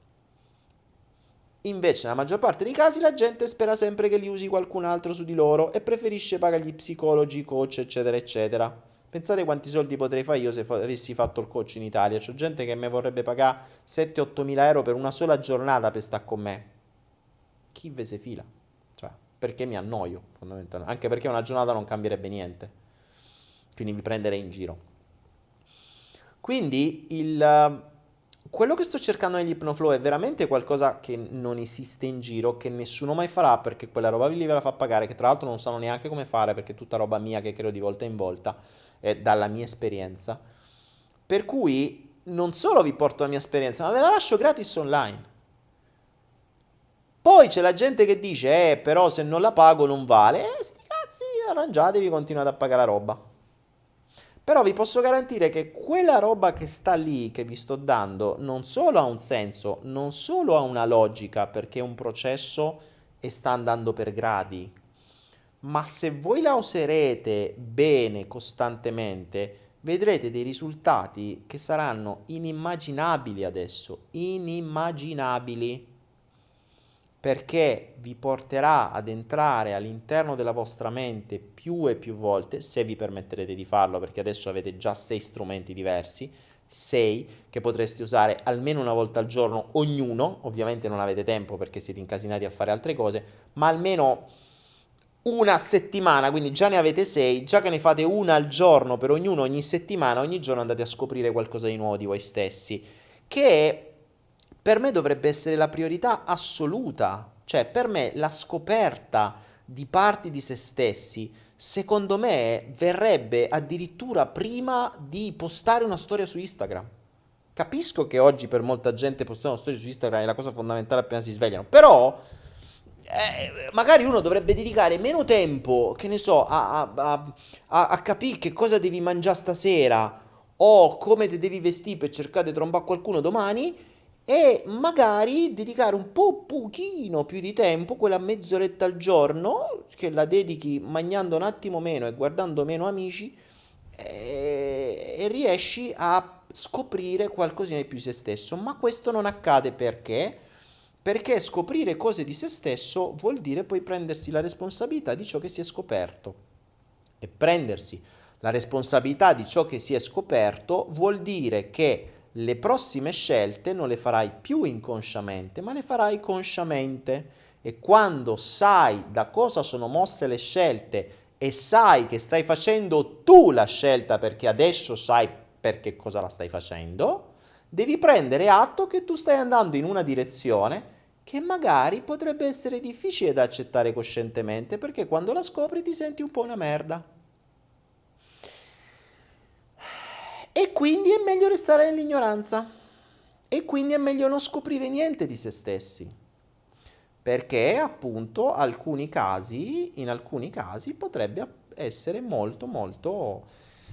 Invece, nella maggior parte dei casi, la gente spera sempre che li usi qualcun altro su di loro e preferisce pagare gli psicologi, coach, eccetera, eccetera. Pensate quanti soldi potrei fare io se avessi fatto il coach in Italia. C'ho gente che mi vorrebbe pagare 7-8 mila euro per una sola giornata per stare con me. Chi ve se fila? Cioè, perché mi annoio, fondamentalmente. Anche perché una giornata non cambierebbe niente. Quindi mi prenderei in giro. Quindi quello che sto cercando negli Hypnoflow è veramente qualcosa che non esiste in giro, che nessuno mai farà, perché quella roba vi ve la fa pagare, che tra l'altro non sanno neanche come fare, perché è tutta roba mia che creo di volta in volta, dalla mia esperienza. Per cui non solo vi porto la mia esperienza, ma ve la lascio gratis online. Poi c'è la gente che dice, però se non la pago non vale. Sti cazzi, arrangiatevi, continuate a pagare la roba. Però vi posso garantire che quella roba che sta lì, che vi sto dando, non solo ha un senso, non solo ha una logica, perché è un processo e sta andando per gradi, ma se voi la userete bene, costantemente, vedrete dei risultati che saranno inimmaginabili adesso, inimmaginabili, perché vi porterà ad entrare all'interno della vostra mente più e più volte, se vi permetterete di farlo, perché adesso avete già 6 strumenti diversi, 6 che potreste usare almeno una volta al giorno ognuno, ovviamente non avete tempo perché siete incasinati a fare altre cose, ma almeno una a settimana, quindi già ne avete 6, già che ne fate una al giorno per ognuno ogni settimana, ogni giorno andate a scoprire qualcosa di nuovo di voi stessi, che per me dovrebbe essere la priorità assoluta, cioè per me la scoperta di parti di se stessi, secondo me, verrebbe addirittura prima di postare una storia su Instagram. Capisco che oggi per molta gente postare una storia su Instagram è la cosa fondamentale appena si svegliano, però magari uno dovrebbe dedicare meno tempo, che ne so, a capire che cosa devi mangiare stasera o come ti devi vestire per cercare di trombare qualcuno domani, e magari dedicare un pochino più di tempo, quella mezz'oretta al giorno, che la dedichi mangiando un attimo meno e guardando meno amici, e riesci a scoprire qualcosina di più di se stesso. Ma questo non accade perché? Perché scoprire cose di se stesso vuol dire poi prendersi la responsabilità di ciò che si è scoperto. E prendersi la responsabilità di ciò che si è scoperto vuol dire che le prossime scelte non le farai più inconsciamente, ma le farai consciamente. E quando sai da cosa sono mosse le scelte e sai che stai facendo tu la scelta perché adesso sai per che cosa la stai facendo, devi prendere atto che tu stai andando in una direzione che magari potrebbe essere difficile da accettare coscientemente, perché quando la scopri ti senti un po' una merda. E quindi è meglio restare nell'ignoranza. E quindi è meglio non scoprire niente di se stessi. Perché appunto in alcuni casi potrebbe essere molto molto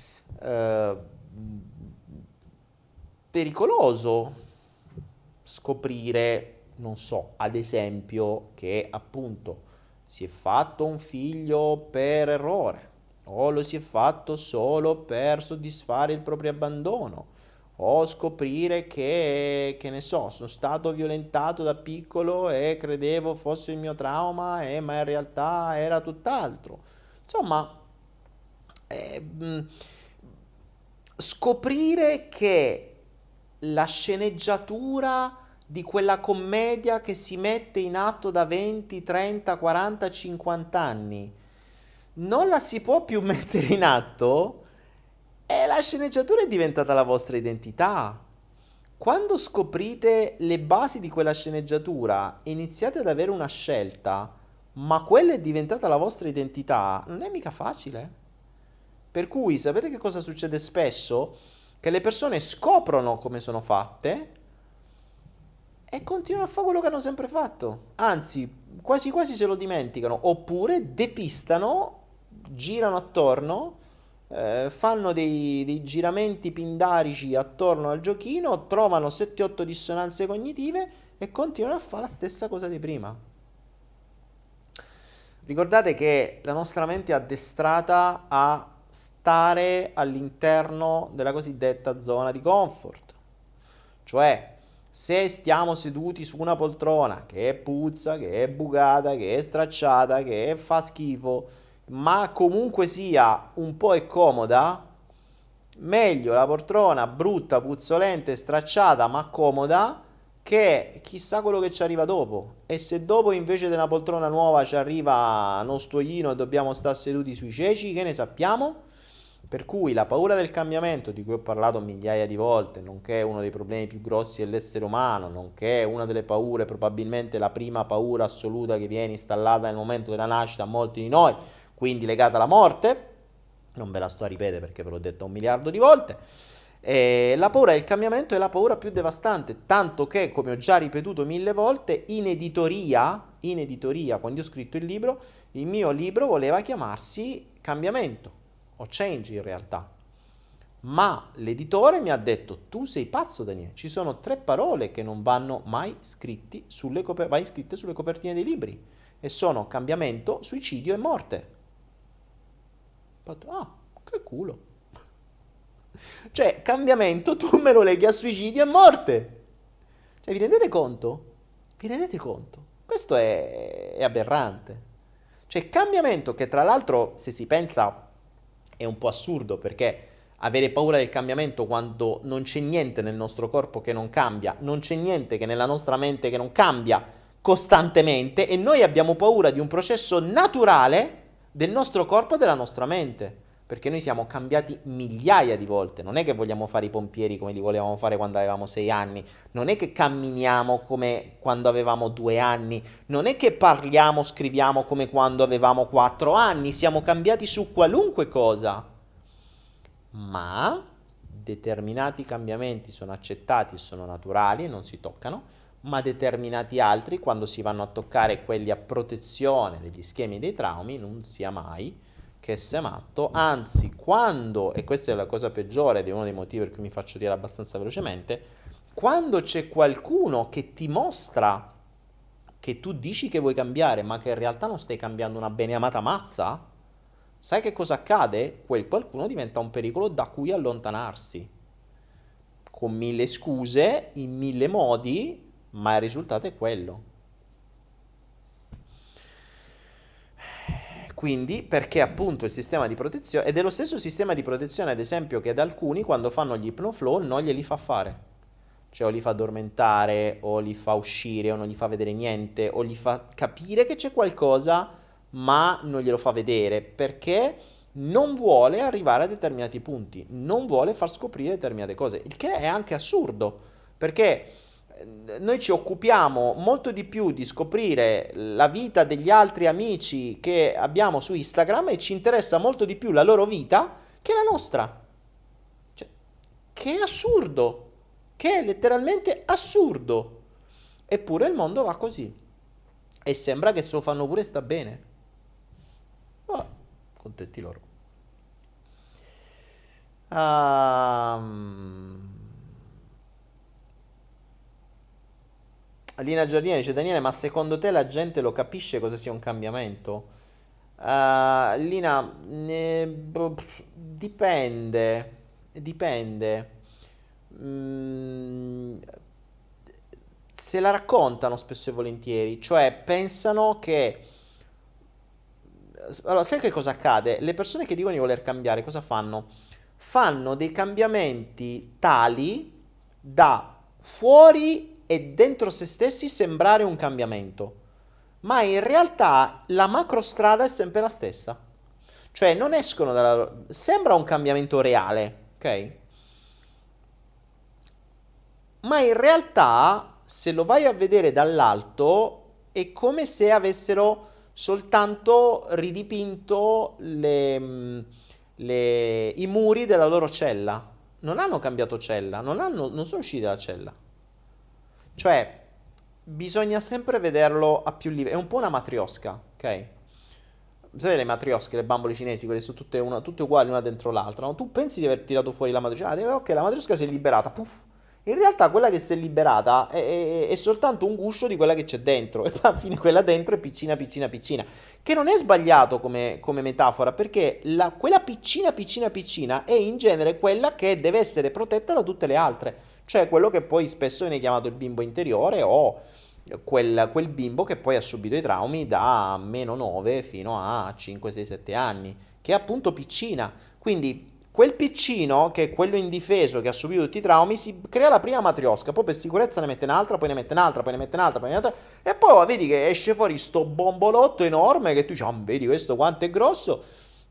pericoloso scoprire, non so, ad esempio che appunto si è fatto un figlio per errore o lo si è fatto solo per soddisfare il proprio abbandono o scoprire che ne so, sono stato violentato da piccolo e credevo fosse il mio trauma, ma in realtà era tutt'altro. Insomma, scoprire che la sceneggiatura di quella commedia che si mette in atto da 20, 30, 40, 50 anni non la si può più mettere in atto, e la sceneggiatura è diventata la vostra identità. Quando scoprite le basi di quella sceneggiatura, iniziate ad avere una scelta, ma quella è diventata la vostra identità, non è mica facile. Per cui sapete che cosa succede spesso? Che le persone scoprono come sono fatte e continuano a fare quello che hanno sempre fatto. Anzi, quasi quasi se lo dimenticano, oppure depistano, girano attorno, fanno dei giramenti pindarici attorno al giochino, trovano 7-8 dissonanze cognitive e continuano a fare la stessa cosa di prima. Ricordate che la nostra mente è addestrata a stare all'interno della cosiddetta zona di comfort. Cioè, se stiamo seduti su una poltrona che puzza, che è bucata, che è stracciata, che fa schifo, ma comunque sia un po' è comoda, meglio la poltrona brutta, puzzolente, stracciata, ma comoda, che chissà quello che ci arriva dopo. E se dopo invece di una poltrona nuova ci arriva uno stuoglino e dobbiamo stare seduti sui ceci, che ne sappiamo? Per cui la paura del cambiamento, di cui ho parlato migliaia di volte, nonché uno dei problemi più grossi dell'essere umano, nonché una delle paure, probabilmente la prima paura assoluta che viene installata nel momento della nascita a molti di noi, quindi legata alla morte, non ve la sto a ripetere perché ve l'ho detto 1 miliardo di volte, la paura del cambiamento è la paura più devastante, tanto che, come ho già ripetuto 1000 volte, in editoria, quando ho scritto il mio libro voleva chiamarsi Cambiamento, o Change in realtà, ma l'editore mi ha detto: tu sei pazzo, Daniele, ci sono 3 parole che non vanno mai scritte sulle copertine dei libri, e sono cambiamento, suicidio e morte. Ho fatto, ah, che culo. Cioè, cambiamento tu me lo leghi a suicidio e morte. Cioè, vi rendete conto? Vi rendete conto? Questo è aberrante. Cioè, cambiamento, che tra l'altro, se si pensa, è un po' assurdo, perché avere paura del cambiamento quando non c'è niente nel nostro corpo che non cambia, non c'è niente che nella nostra mente che non cambia costantemente, e noi abbiamo paura di un processo naturale del nostro corpo e della nostra mente, perché noi siamo cambiati migliaia di volte. Non è che vogliamo fare i pompieri come li volevamo fare quando avevamo 6 anni, non è che camminiamo come quando avevamo 2 anni, non è che parliamo, scriviamo come quando avevamo 4 anni, siamo cambiati su qualunque cosa, ma determinati cambiamenti sono accettati e sono naturali e non si toccano, ma determinati altri, quando si vanno a toccare quelli a protezione degli schemi e dei traumi, non sia mai che sei matto. Anzi, quando, e questa è la cosa peggiore ed è uno dei motivi per cui mi faccio dire abbastanza velocemente, quando c'è qualcuno che ti mostra che tu dici che vuoi cambiare, ma che in realtà non stai cambiando una beneamata mazza, sai che cosa accade? Quel qualcuno diventa un pericolo da cui allontanarsi, con 1000 scuse, in 1000 modi, ma il risultato è quello. Quindi, perché appunto il sistema di protezione, ed è lo stesso sistema di protezione, ad esempio, che ad alcuni quando fanno gli ipnoflow non glieli fa fare. Cioè o li fa addormentare, o li fa uscire, o non gli fa vedere niente, o gli fa capire che c'è qualcosa, ma non glielo fa vedere, perché non vuole arrivare a determinati punti, non vuole far scoprire determinate cose, il che è anche assurdo, perché noi ci occupiamo molto di più di scoprire la vita degli altri amici che abbiamo su Instagram e ci interessa molto di più la loro vita che la nostra. Cioè, che è assurdo, che è letteralmente assurdo. Eppure il mondo va così. E sembra che se lo fanno pure sta bene. Oh, contenti loro. Lina Giardina dice: Daniele, ma secondo te la gente lo capisce cosa sia un cambiamento? Lina, dipende, dipende. Se la raccontano spesso e volentieri, cioè pensano che... Allora, sai che cosa accade? Le persone che dicono di voler cambiare, cosa fanno? Fanno dei cambiamenti tali da fuori e dentro se stessi sembrare un cambiamento, ma in realtà la macrostrada è sempre la stessa. Cioè non escono dalla... Sembra un cambiamento reale, ok? Ma in realtà, se lo vai a vedere dall'alto, è come se avessero soltanto ridipinto i muri della loro cella. Non hanno cambiato cella, non sono usciti dalla cella. Cioè, bisogna sempre vederlo a più livelli. È un po' una matriosca, ok? Sai le matriosche, le bambole cinesi, quelle sono tutte uguali una dentro l'altra, no? Tu pensi di aver tirato fuori la matriosca, ok, la matriosca si è liberata, puff. In realtà quella che si è liberata è soltanto un guscio di quella che c'è dentro, e alla fine quella dentro è piccina, piccina, piccina, che non è sbagliato come metafora, perché quella piccina, piccina, piccina è in genere quella che deve essere protetta da tutte le altre, cioè quello che poi spesso viene chiamato il bimbo interiore o quel bimbo che poi ha subito i traumi da meno 9 fino a 5, 6, 7 anni, che è appunto piccina, quindi... Quel piccino, che è quello indifeso, che ha subito tutti i traumi, si crea la prima matriosca, poi per sicurezza ne mette un'altra, poi ne mette un'altra, poi ne mette un'altra, poi ne mette un'altra, e poi vedi che esce fuori sto bombolotto enorme che tu dici, vedi questo quanto è grosso,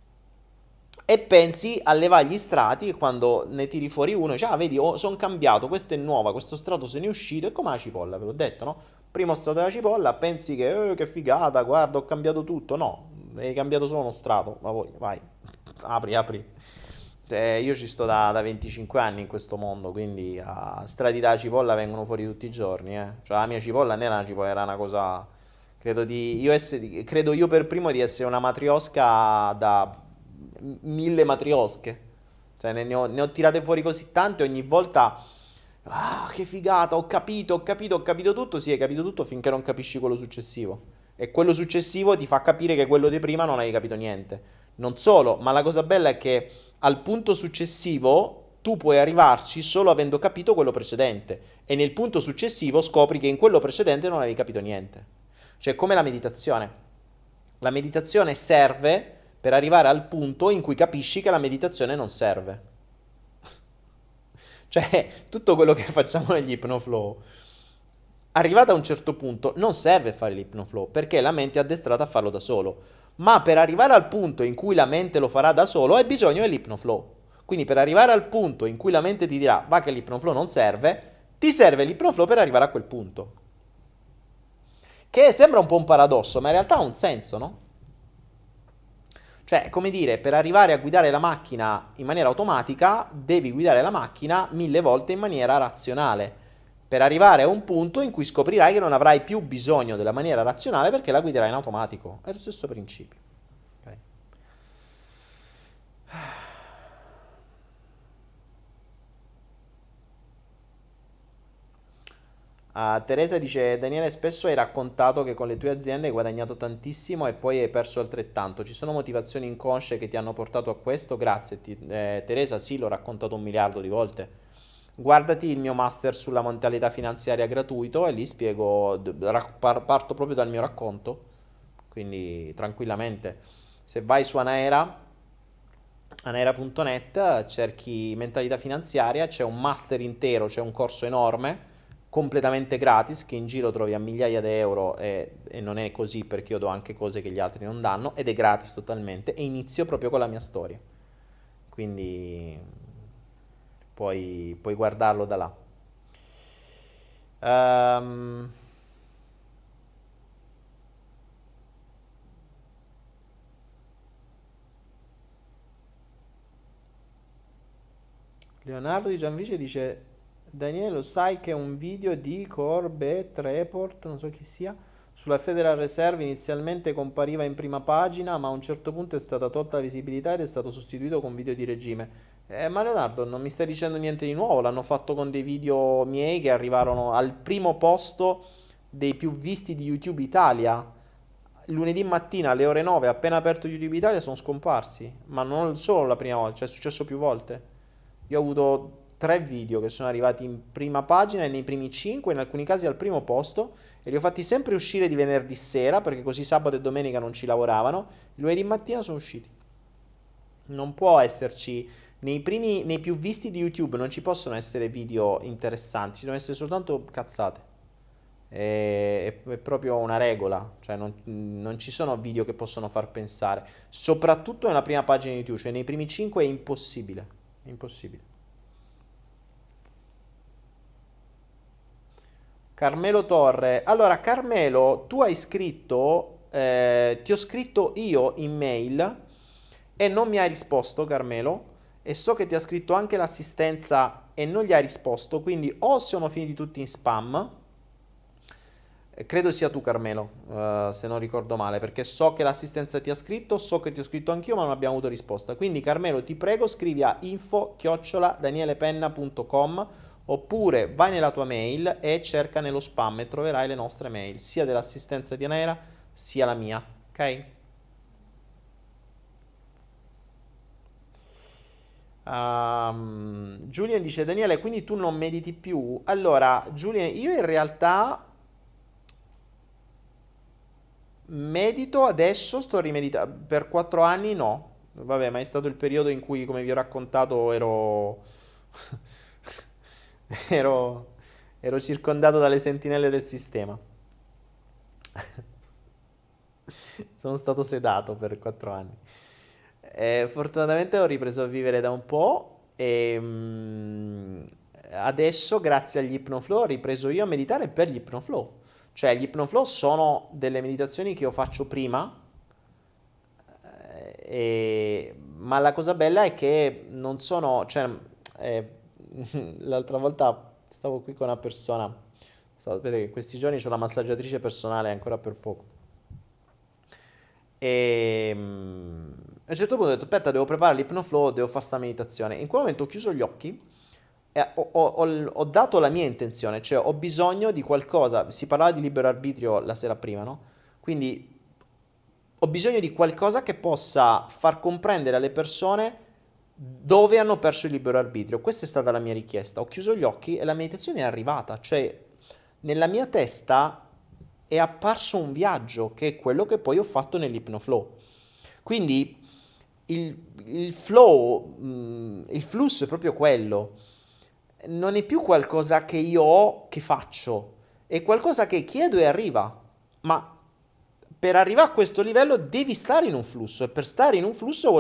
e pensi a levare gli strati e quando ne tiri fuori uno, dici, vedi, sono cambiato, questa è nuova, questo strato se ne è uscito, è come la cipolla, ve l'ho detto, no? Primo strato della cipolla, pensi che figata, guarda, ho cambiato tutto, no, hai cambiato solo uno strato, ma poi, vai, apri. Io ci sto da 25 anni in questo mondo, quindi a strati da cipolla vengono fuori tutti i giorni, eh. Cioè la mia cipolla non era una cipolla, era una cosa... Credo io per primo di essere una matriosca da 1000 matriosche. Cioè ne ho tirate fuori così tante ogni volta... che figata, ho capito tutto. Sì, hai capito tutto finché non capisci quello successivo. E quello successivo ti fa capire che quello di prima non hai capito niente. Non solo, ma la cosa bella è che al punto successivo tu puoi arrivarci solo avendo capito quello precedente e nel punto successivo scopri che in quello precedente non avevi capito niente. Cioè, come la meditazione. La meditazione serve per arrivare al punto in cui capisci che la meditazione non serve. Cioè, tutto quello che facciamo negli hypnoflow, arrivato a un certo punto, non serve fare l'hypnoflow perché la mente è addestrata a farlo da solo. Ma per arrivare al punto in cui la mente lo farà da solo hai bisogno dell'ipnoflow. Quindi per arrivare al punto in cui la mente ti dirà va che l'ipnoflow non serve, ti serve l'ipnoflow per arrivare a quel punto. Che sembra un po' un paradosso, ma in realtà ha un senso, no? Cioè, come dire, per arrivare a guidare la macchina in maniera automatica, devi guidare la macchina 1000 volte in maniera razionale. Per arrivare a un punto in cui scoprirai che non avrai più bisogno della maniera razionale perché la guiderai in automatico. È lo stesso principio. Teresa dice: Daniele, spesso hai raccontato che con le tue aziende hai guadagnato tantissimo e poi hai perso altrettanto. Ci sono motivazioni inconsce che ti hanno portato a questo? Grazie, Teresa. Sì, l'ho raccontato 1 miliardo di volte. Guardati il mio master sulla mentalità finanziaria gratuito e lì spiego, parto proprio dal mio racconto, quindi tranquillamente. Se vai su anaera.net, cerchi mentalità finanziaria, c'è un master intero, c'è un corso enorme, completamente gratis, che in giro trovi a migliaia di euro e non è così perché io do anche cose che gli altri non danno, ed è gratis totalmente e inizio proprio con la mia storia. Quindi... puoi guardarlo da là. Ehm, Leonardo di Gianvice dice: Daniele, lo sai che un video di Corbett Report, non so chi sia, sulla Federal Reserve inizialmente compariva in prima pagina, ma a un certo punto è stata tolta la visibilità ed è stato sostituito con video di regime. Ma Leonardo, non mi stai dicendo niente di nuovo, l'hanno fatto con dei video miei che arrivarono al primo posto dei più visti di YouTube Italia. Lunedì mattina alle ore 9, appena aperto YouTube Italia, sono scomparsi. Ma non solo la prima volta, cioè è successo più volte. Io ho avuto 3 video che sono arrivati in prima pagina e nei primi 5, in alcuni casi al primo posto, e li ho fatti sempre uscire di venerdì sera, perché così sabato e domenica non ci lavoravano. Il lunedì mattina sono usciti. Non può esserci nei più visti di YouTube, non ci possono essere video interessanti, ci devono essere soltanto cazzate. È proprio una regola, cioè non ci sono video che possono far pensare, soprattutto nella prima pagina di YouTube, cioè nei primi 5 è impossibile, è impossibile. Carmelo Torre, allora Carmelo, tu hai scritto, ti ho scritto io in mail e non mi hai risposto, Carmelo, e so che ti ha scritto anche l'assistenza e non gli hai risposto, quindi o sono finiti tutti in spam. Credo sia tu, Carmelo, se non ricordo male, perché so che l'assistenza ti ha scritto, so che ti ho scritto anch'io, ma non abbiamo avuto risposta. Quindi, Carmelo, ti prego, scrivi a info@danielepenna.com oppure vai nella tua mail e cerca nello spam e troverai le nostre mail, sia dell'assistenza di Anera, sia la mia, ok? Julian dice: Daniele, quindi tu non mediti più? Allora, Julian, io in realtà medito adesso, sto rimeditando per 4 anni, no. Vabbè, ma è stato il periodo in cui, come vi ho raccontato, ero, ero circondato dalle sentinelle del sistema. Sono stato sedato per 4 anni. Fortunatamente ho ripreso a vivere da un po' e adesso, grazie agli Hypnoflow, ho ripreso io a meditare per gli Hypnoflow. Cioè, gli Hypnoflow sono delle meditazioni che io faccio prima, ma la cosa bella è che non sono, cioè, eh, l'altra volta stavo qui con una persona, sapete che questi giorni c'ho la massaggiatrice personale ancora per poco. A un certo punto ho detto, aspetta, devo preparare l'ipnoflow, devo fare sta meditazione. In quel momento ho chiuso gli occhi e ho dato la mia intenzione, cioè ho bisogno di qualcosa. Si parlava di libero arbitrio la sera prima, no? Quindi ho bisogno di qualcosa che possa far comprendere alle persone dove hanno perso il libero arbitrio. Questa è stata la mia richiesta. Ho chiuso gli occhi e la meditazione è arrivata, cioè nella mia testa è apparso un viaggio che è quello che poi ho fatto nell'ipnoflow. Quindi il flow, il flusso è proprio quello. Non è più qualcosa che io ho, che faccio, è qualcosa che chiedo e arriva. Ma per arrivare a questo livello devi stare in un flusso, e per stare in un flusso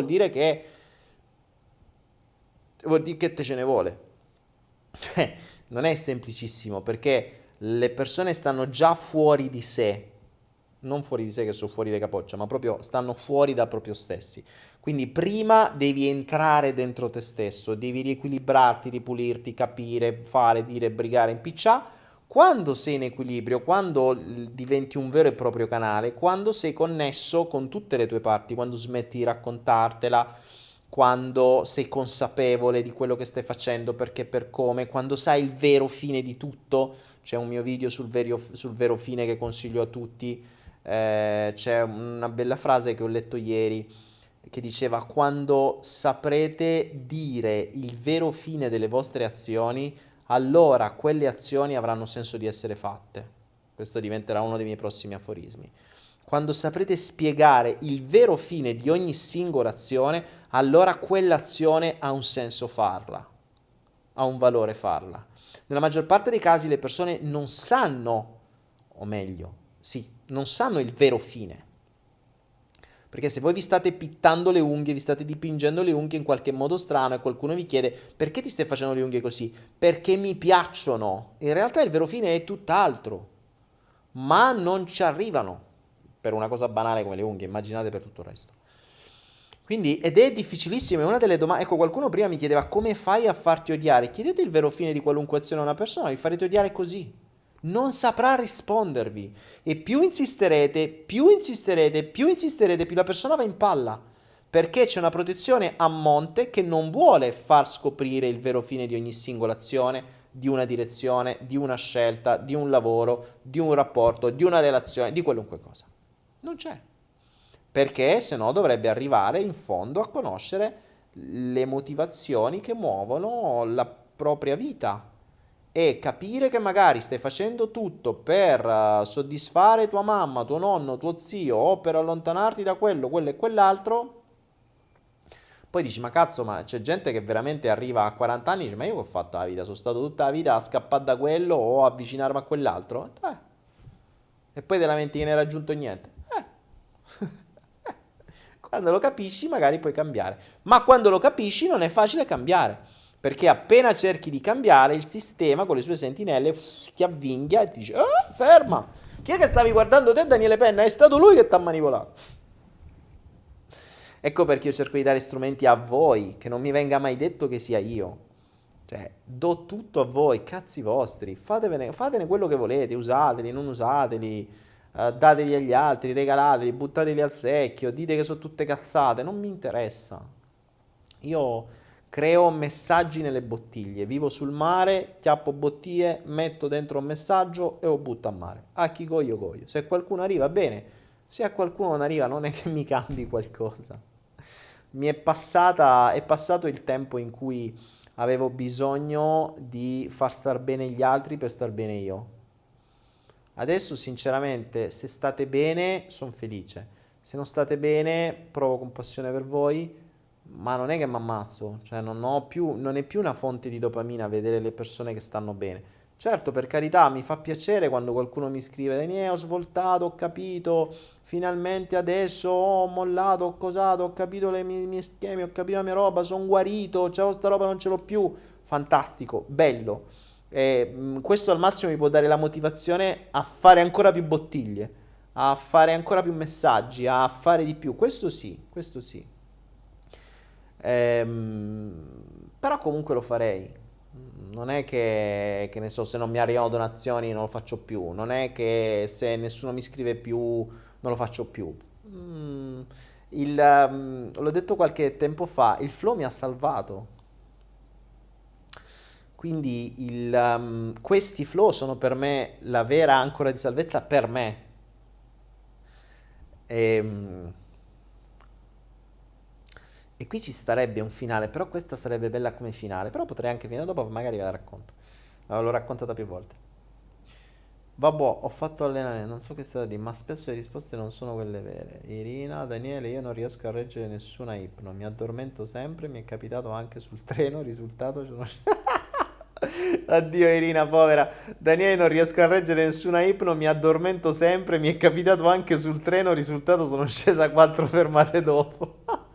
vuol dire che te ce ne vuole. Non è semplicissimo, perché le persone stanno già fuori di sé, non fuori di sé che sono fuori di capoccia, ma proprio stanno fuori da proprio stessi. Quindi prima devi entrare dentro te stesso, devi riequilibrarti, ripulirti, capire, fare, dire, brigare, impicciare. Quando sei in equilibrio, quando diventi un vero e proprio canale, quando sei connesso con tutte le tue parti, quando smetti di raccontartela, quando sei consapevole di quello che stai facendo, perché per come, quando sai il vero fine di tutto. C'è un mio video sul vero fine che consiglio a tutti. C'è una bella frase che ho letto ieri che diceva: quando saprete dire il vero fine delle vostre azioni, allora quelle azioni avranno senso di essere fatte. Questo diventerà uno dei miei prossimi aforismi. Quando saprete spiegare il vero fine di ogni singola azione, allora quell'azione ha un senso farla, ha un valore farla. Nella maggior parte dei casi le persone non sanno, o meglio, sì, non sanno il vero fine. Perché se voi vi state pittando le unghie, vi state dipingendo le unghie in qualche modo strano e qualcuno vi chiede perché ti stai facendo le unghie così? Perché mi piacciono. In realtà il vero fine è tutt'altro. Ma non ci arrivano per una cosa banale come le unghie, immaginate per tutto il resto. Quindi, ed è difficilissimo, è una delle domande. Ecco, qualcuno prima mi chiedeva come fai a farti odiare. Chiedete il vero fine di qualunque azione a una persona, vi farete odiare così. Non saprà rispondervi. E più insisterete, più insisterete, più insisterete, più la persona va in palla. Perché c'è una protezione a monte che non vuole far scoprire il vero fine di ogni singola azione, di una direzione, di una scelta, di un lavoro, di un rapporto, di una relazione, di qualunque cosa. Non c'è. Perché se no dovrebbe arrivare in fondo a conoscere le motivazioni che muovono la propria vita e capire che magari stai facendo tutto per soddisfare tua mamma, tuo nonno, tuo zio o per allontanarti da quello e quell'altro. Poi dici, ma cazzo, ma c'è gente che veramente arriva a 40 anni e dice, ma io che ho fatto la vita? Sono stato tutta la vita a scappare da quello o a avvicinarmi a quell'altro? E poi te lamenti che ne hai raggiunto niente. Quando lo capisci magari puoi cambiare, ma quando lo capisci non è facile cambiare, perché appena cerchi di cambiare il sistema con le sue sentinelle ti avvinghia e ti dice ferma, chi è che stavi guardando te, Daniele Penna? È stato lui che ti ha manipolato. Ecco perché io cerco di dare strumenti a voi, che non mi venga mai detto che sia io. Cioè, do tutto a voi, cazzi vostri, fatene quello che volete, usateli, non usateli, dateli agli altri, regalateli, buttateli al secchio, dite che sono tutte cazzate, non mi interessa. Io creo messaggi nelle bottiglie, vivo sul mare, chiappo bottiglie, metto dentro un messaggio e lo butto a mare. A chi coglio coglio. Se qualcuno arriva bene, se a qualcuno non arriva non è che mi cambi qualcosa. È passato il tempo in cui avevo bisogno di far star bene gli altri per star bene io. Adesso sinceramente se state bene sono felice, se non state bene provo compassione per voi, ma non è che mi ammazzo, cioè non è più una fonte di dopamina vedere le persone che stanno bene. Certo, per carità, mi fa piacere quando qualcuno mi scrive Daniele, ho svoltato, ho capito, finalmente adesso ho mollato, ho cosato, ho capito i miei schemi, ho capito la mia roba, sono guarito, c'ho sta roba, non ce l'ho più, fantastico, bello. Questo al massimo mi può dare la motivazione a fare ancora più bottiglie, a fare ancora più messaggi, a fare di più. Questo sì, questo sì. Però comunque lo farei. Non è che ne so, se non mi arrivano donazioni non lo faccio più. Non è che se nessuno mi scrive più non lo faccio più. L'ho detto qualche tempo fa, il flow mi ha salvato. Quindi questi flow sono per me la vera ancora di salvezza per me. E qui ci starebbe un finale, però questa sarebbe bella come finale. Però potrei anche finire dopo, magari ve la racconto. L'ho raccontata più volte. Vabbè, ho fatto allenamento, non so che sta da dire, ma spesso le risposte non sono quelle vere. Irina, Daniele, io non riesco a reggere nessuna ipno, mi addormento sempre, mi è capitato anche sul treno, risultato sono... Addio Irina, povera. Daniele, non riesco a reggere nessuna ipno, mi addormento sempre, mi è capitato anche sul treno, risultato sono scesa 4 fermate dopo.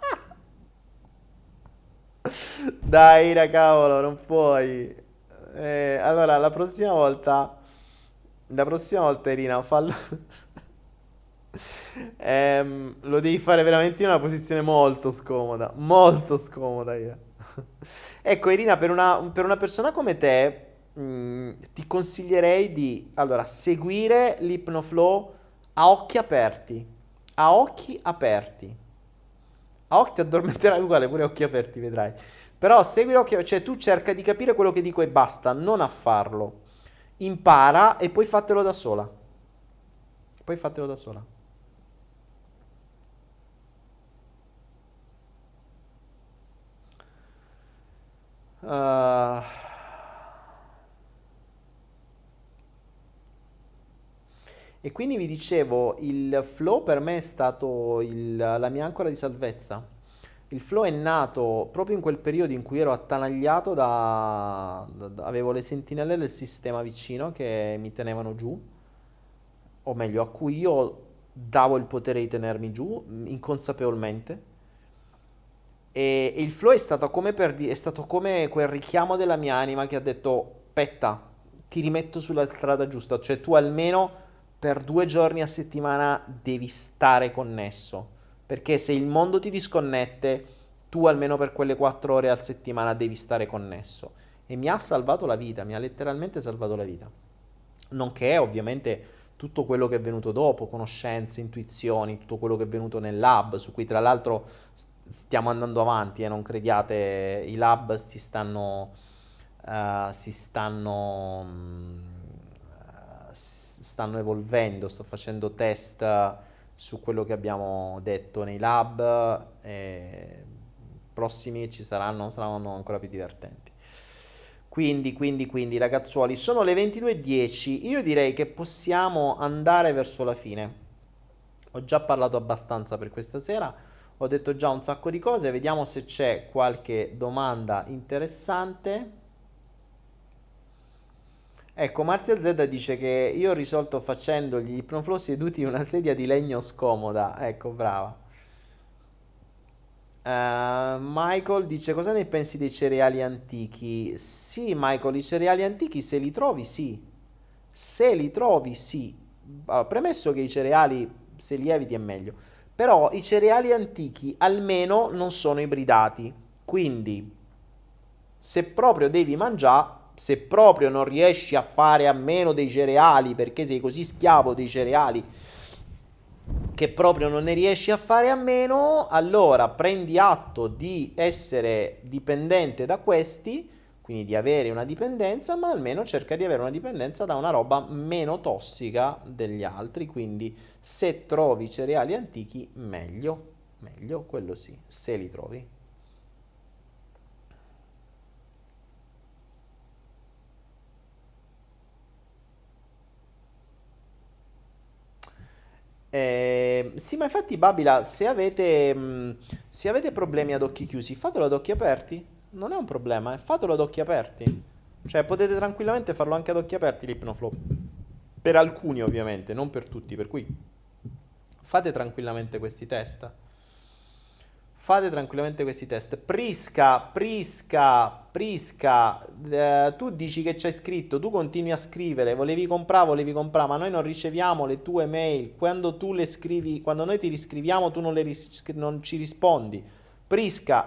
Dai, Ira, cavolo, non puoi. Allora, la prossima volta, Irina, fallo. Lo devi fare veramente in una posizione molto scomoda, Ira. Ecco, Irina, per una persona come te, ti consiglierei di, allora, seguire l'ipnoflow a occhi aperti. A occhi aperti. A occhi ti addormenterai uguale, pure a occhi aperti, vedrai. Però segui occhi aperti, cioè tu cerca di capire quello che dico e basta, non a farlo. Impara e poi fatelo da sola. Poi fatelo da sola. E quindi vi dicevo, il flow per me è stato la mia ancora di salvezza. Il flow è nato proprio in quel periodo in cui ero attanagliato avevo le sentinelle del sistema vicino che mi tenevano giù, o meglio, a cui io davo il potere di tenermi giù inconsapevolmente. E il flow è stato come è stato come quel richiamo della mia anima che ha detto: Petta, ti rimetto sulla strada giusta. Cioè, tu almeno per 2 giorni a settimana devi stare connesso. Perché se il mondo ti disconnette, tu almeno per quelle 4 ore a settimana devi stare connesso. E mi ha salvato la vita, mi ha letteralmente salvato la vita. Nonché, ovviamente, tutto quello che è venuto dopo, conoscenze, intuizioni, tutto quello che è venuto nel lab, su cui tra l'altro stiamo andando avanti, non crediate, i lab stanno evolvendo, sto facendo test su quello che abbiamo detto nei lab, e prossimi saranno ancora più divertenti. Quindi, ragazzuoli, sono le 22:10, io direi che possiamo andare verso la fine. Ho già parlato abbastanza per questa sera, ho detto già un sacco di cose, vediamo se c'è qualche domanda interessante. Ecco, Marzia Z dice che io ho risolto facendo gli ipnoflow seduti in una sedia di legno scomoda. Ecco, brava. Michael dice: cosa ne pensi dei cereali antichi? Sì, Michael, i cereali antichi se li trovi, sì. Se li trovi, sì. Allora, premesso che i cereali, se li eviti è meglio. Però i cereali antichi almeno non sono ibridati. Quindi, se proprio devi mangiare, se proprio non riesci a fare a meno dei cereali perché sei così schiavo dei cereali che proprio non ne riesci a fare a meno, allora prendi atto di essere dipendente da questi, quindi di avere una dipendenza, ma almeno cerca di avere una dipendenza da una roba meno tossica degli altri, quindi se trovi cereali antichi meglio, quello sì, se li trovi. Sì, ma infatti, Babila, se avete problemi ad occhi chiusi, fatelo ad occhi aperti. Non è un problema, fatelo ad occhi aperti. Cioè, potete tranquillamente farlo anche ad occhi aperti l'ipnoflow. Per alcuni, ovviamente, non per tutti. Per cui fate tranquillamente questi test. Fate tranquillamente questi test. Prisca, tu dici che c'è scritto, tu continui a scrivere, volevi comprare, ma noi non riceviamo le tue mail. Quando tu le scrivi, quando noi ti riscriviamo, tu non ci rispondi. Prisca,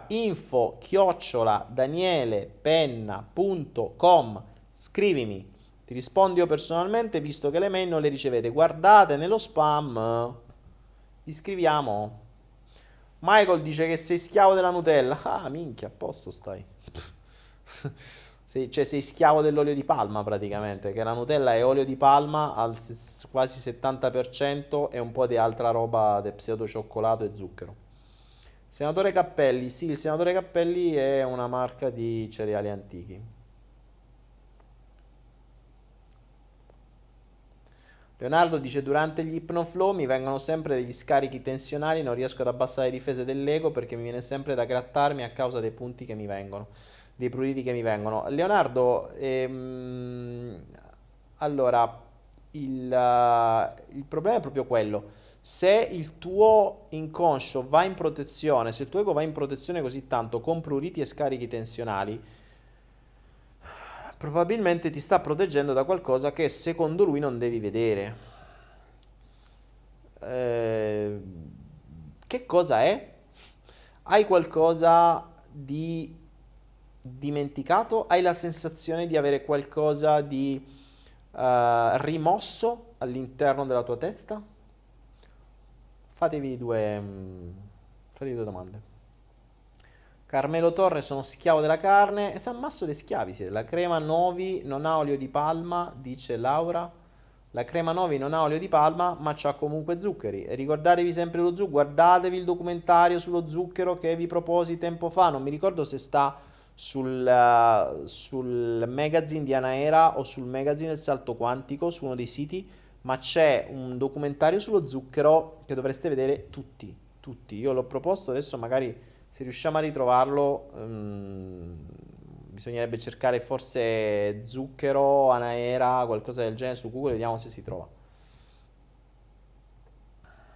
info@danielepenna.com. Scrivimi, ti rispondo io personalmente, visto che le mail non le ricevete. Guardate nello spam, vi scriviamo. Michael dice che sei schiavo della Nutella. Ah, minchia, a posto stai. Sei schiavo dell'olio di palma praticamente, che la Nutella è olio di palma al quasi 70% e un po' di altra roba del pseudo cioccolato e zucchero. Senatore Cappelli, sì, il senatore Cappelli è una marca di cereali antichi. Leonardo dice: durante gli ipnoflow mi vengono sempre degli scarichi tensionali, non riesco ad abbassare le difese dell'ego perché mi viene sempre da grattarmi a causa dei punti che mi vengono, dei pruriti che mi vengono. Leonardo, allora, il problema è proprio quello. Se il tuo inconscio va in protezione, se il tuo ego va in protezione così tanto con pruriti e scarichi tensionali, probabilmente ti sta proteggendo da qualcosa che secondo lui non devi vedere. Che cosa è? Hai qualcosa di dimenticato? Hai la sensazione di avere qualcosa di rimosso all'interno della tua testa? Fatevi due domande. Carmelo Torre, sono schiavo della carne. E San Masso dei schiavi siete. La crema Novi non ha olio di palma, dice Laura. La crema Novi non ha olio di palma, ma c'ha comunque zuccheri. E ricordatevi sempre lo zucchero. Guardatevi il documentario sullo zucchero che vi proposi tempo fa. Non mi ricordo se sta sul magazine di Anaera o sul magazine del Salto Quantico, su uno dei siti. Ma c'è un documentario sullo zucchero che dovreste vedere tutti. Io l'ho proposto, adesso magari se riusciamo a ritrovarlo, bisognerebbe cercare forse zucchero, anaera, qualcosa del genere su Google, vediamo se si trova.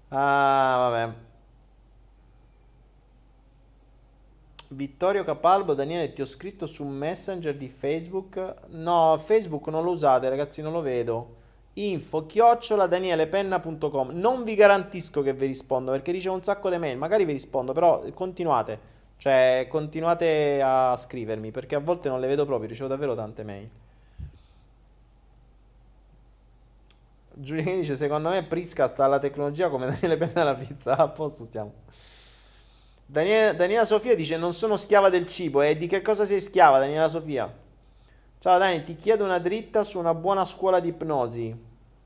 Ah, vabbè. Vittorio Capalbo, Daniele, ti ho scritto su Messenger di Facebook. No, Facebook non lo usate, ragazzi, non lo vedo. info@danielepenna.com. Non vi garantisco che vi rispondo perché ricevo un sacco di mail. Magari vi rispondo, però continuate. Cioè, continuate a scrivermi perché a volte non le vedo proprio. Ricevo davvero tante mail. Giuliani dice: secondo me Prisca sta alla tecnologia come Daniele Penna alla pizza. A posto stiamo. Daniela Sofia dice: non sono schiava del cibo. E di che cosa sei schiava, Daniela Sofia? Ciao Dani, ti chiedo una dritta su una buona scuola di ipnosi.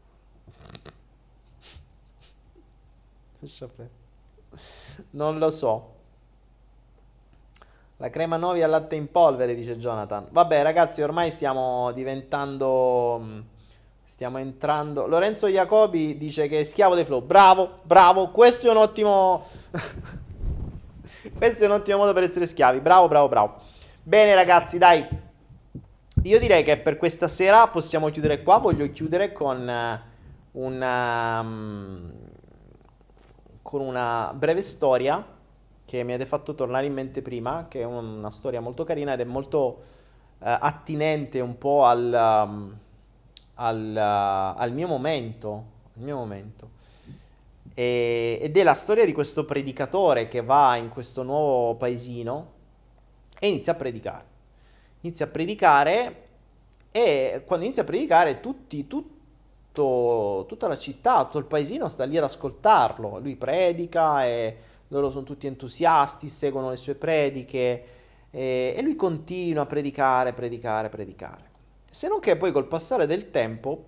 Non lo so. La crema Novi al latte in polvere, dice Jonathan. Vabbè, ragazzi, ormai stiamo diventando. Stiamo entrando. Lorenzo Jacobi dice che è schiavo dei flow. Bravo, bravo. Questo è un ottimo. Questo è un ottimo modo per essere schiavi. Bravo, bravo, bravo. Bene, ragazzi, dai. Io direi che per questa sera possiamo chiudere qua. Voglio chiudere con una breve storia che mi avete fatto tornare in mente prima, che è una storia molto carina ed è molto attinente un po' al mio momento. Ed è la storia di questo predicatore che va in questo nuovo paesino e inizia a predicare. E quando inizia a predicare tutta la città, tutto il paesino sta lì ad ascoltarlo. Lui predica e loro sono tutti entusiasti, seguono le sue prediche e lui continua a predicare. Se non che poi col passare del tempo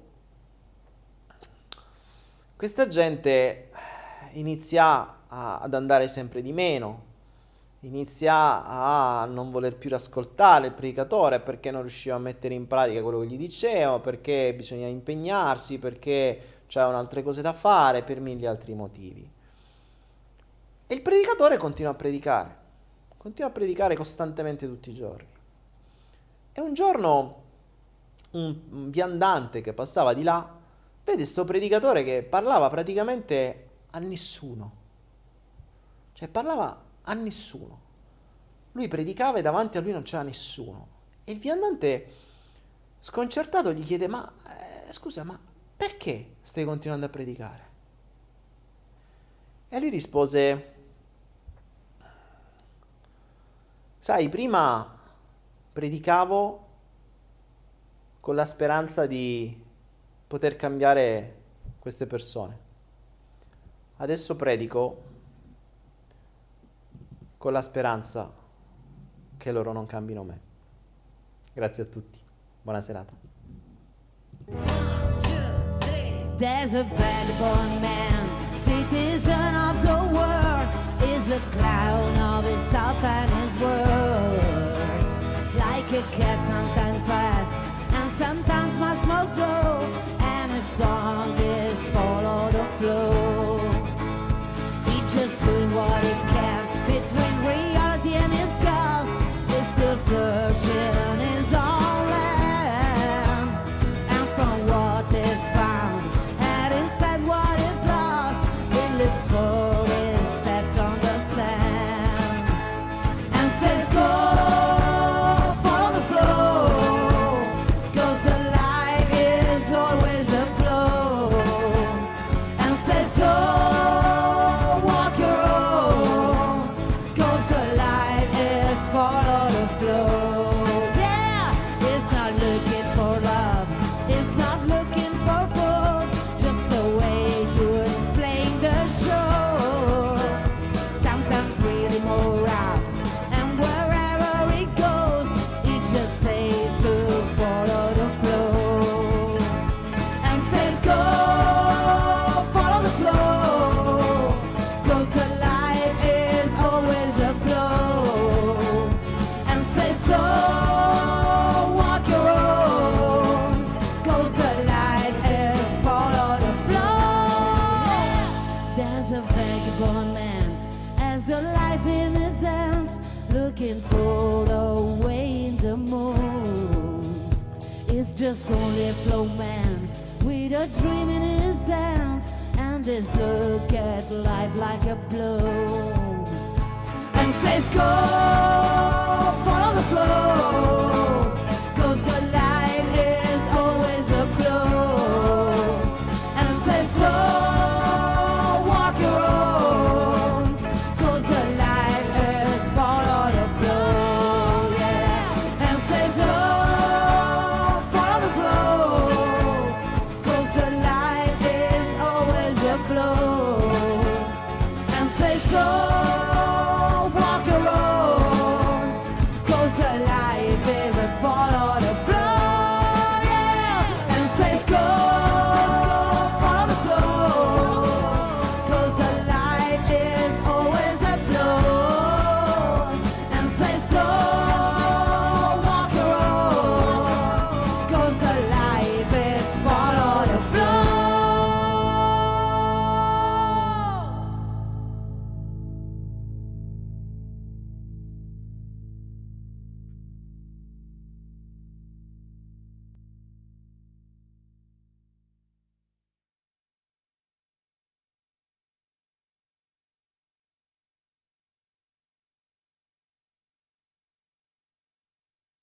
questa gente inizia ad andare sempre di meno, inizia a non voler più ascoltare il predicatore perché non riusciva a mettere in pratica quello che gli diceva, perché bisogna impegnarsi, perché c'erano altre cose da fare, per mille altri motivi. E il predicatore continua a predicare costantemente tutti i giorni. E un giorno un viandante che passava di là vede sto predicatore che parlava praticamente a nessuno. Cioè parlava a nessuno. Lui predicava e davanti a lui non c'era nessuno. E il viandante, sconcertato, gli chiede: ma scusa, ma perché stai continuando a predicare? E lui rispose: sai, prima predicavo con la speranza di poter cambiare queste persone. Adesso predico con la speranza che loro non cambino me. Grazie a tutti. Buona serata. There's a vagabond man, citizen of the world, is a clown of his thoughts and his words. Like a cat, sometimes fast and sometimes much more slow, and his song is follow the flow. He's just doing what he can between reality and his ghost. He's still searching his own land, and from what is found and instead what is lost, he looks for his steps on the sand and says go, follow the flow, 'cause the light is always a flow, and says so, walk your own, 'cause the light is follow the flow. Yeah, it's not looking for love, it's not looking for food, just the way you explain the show. Sometimes really more out, and wherever it goes, it just says to follow the flow, and says go, follow the flow, 'cause the light is always a glow, and says so, walk your own, 'cause the light is follow the flow. There's a vagabond man, as the life in his hands, looking for the way in the moon. It's just only a flow man with a dream in his hands, and just look at life like a blow and says go.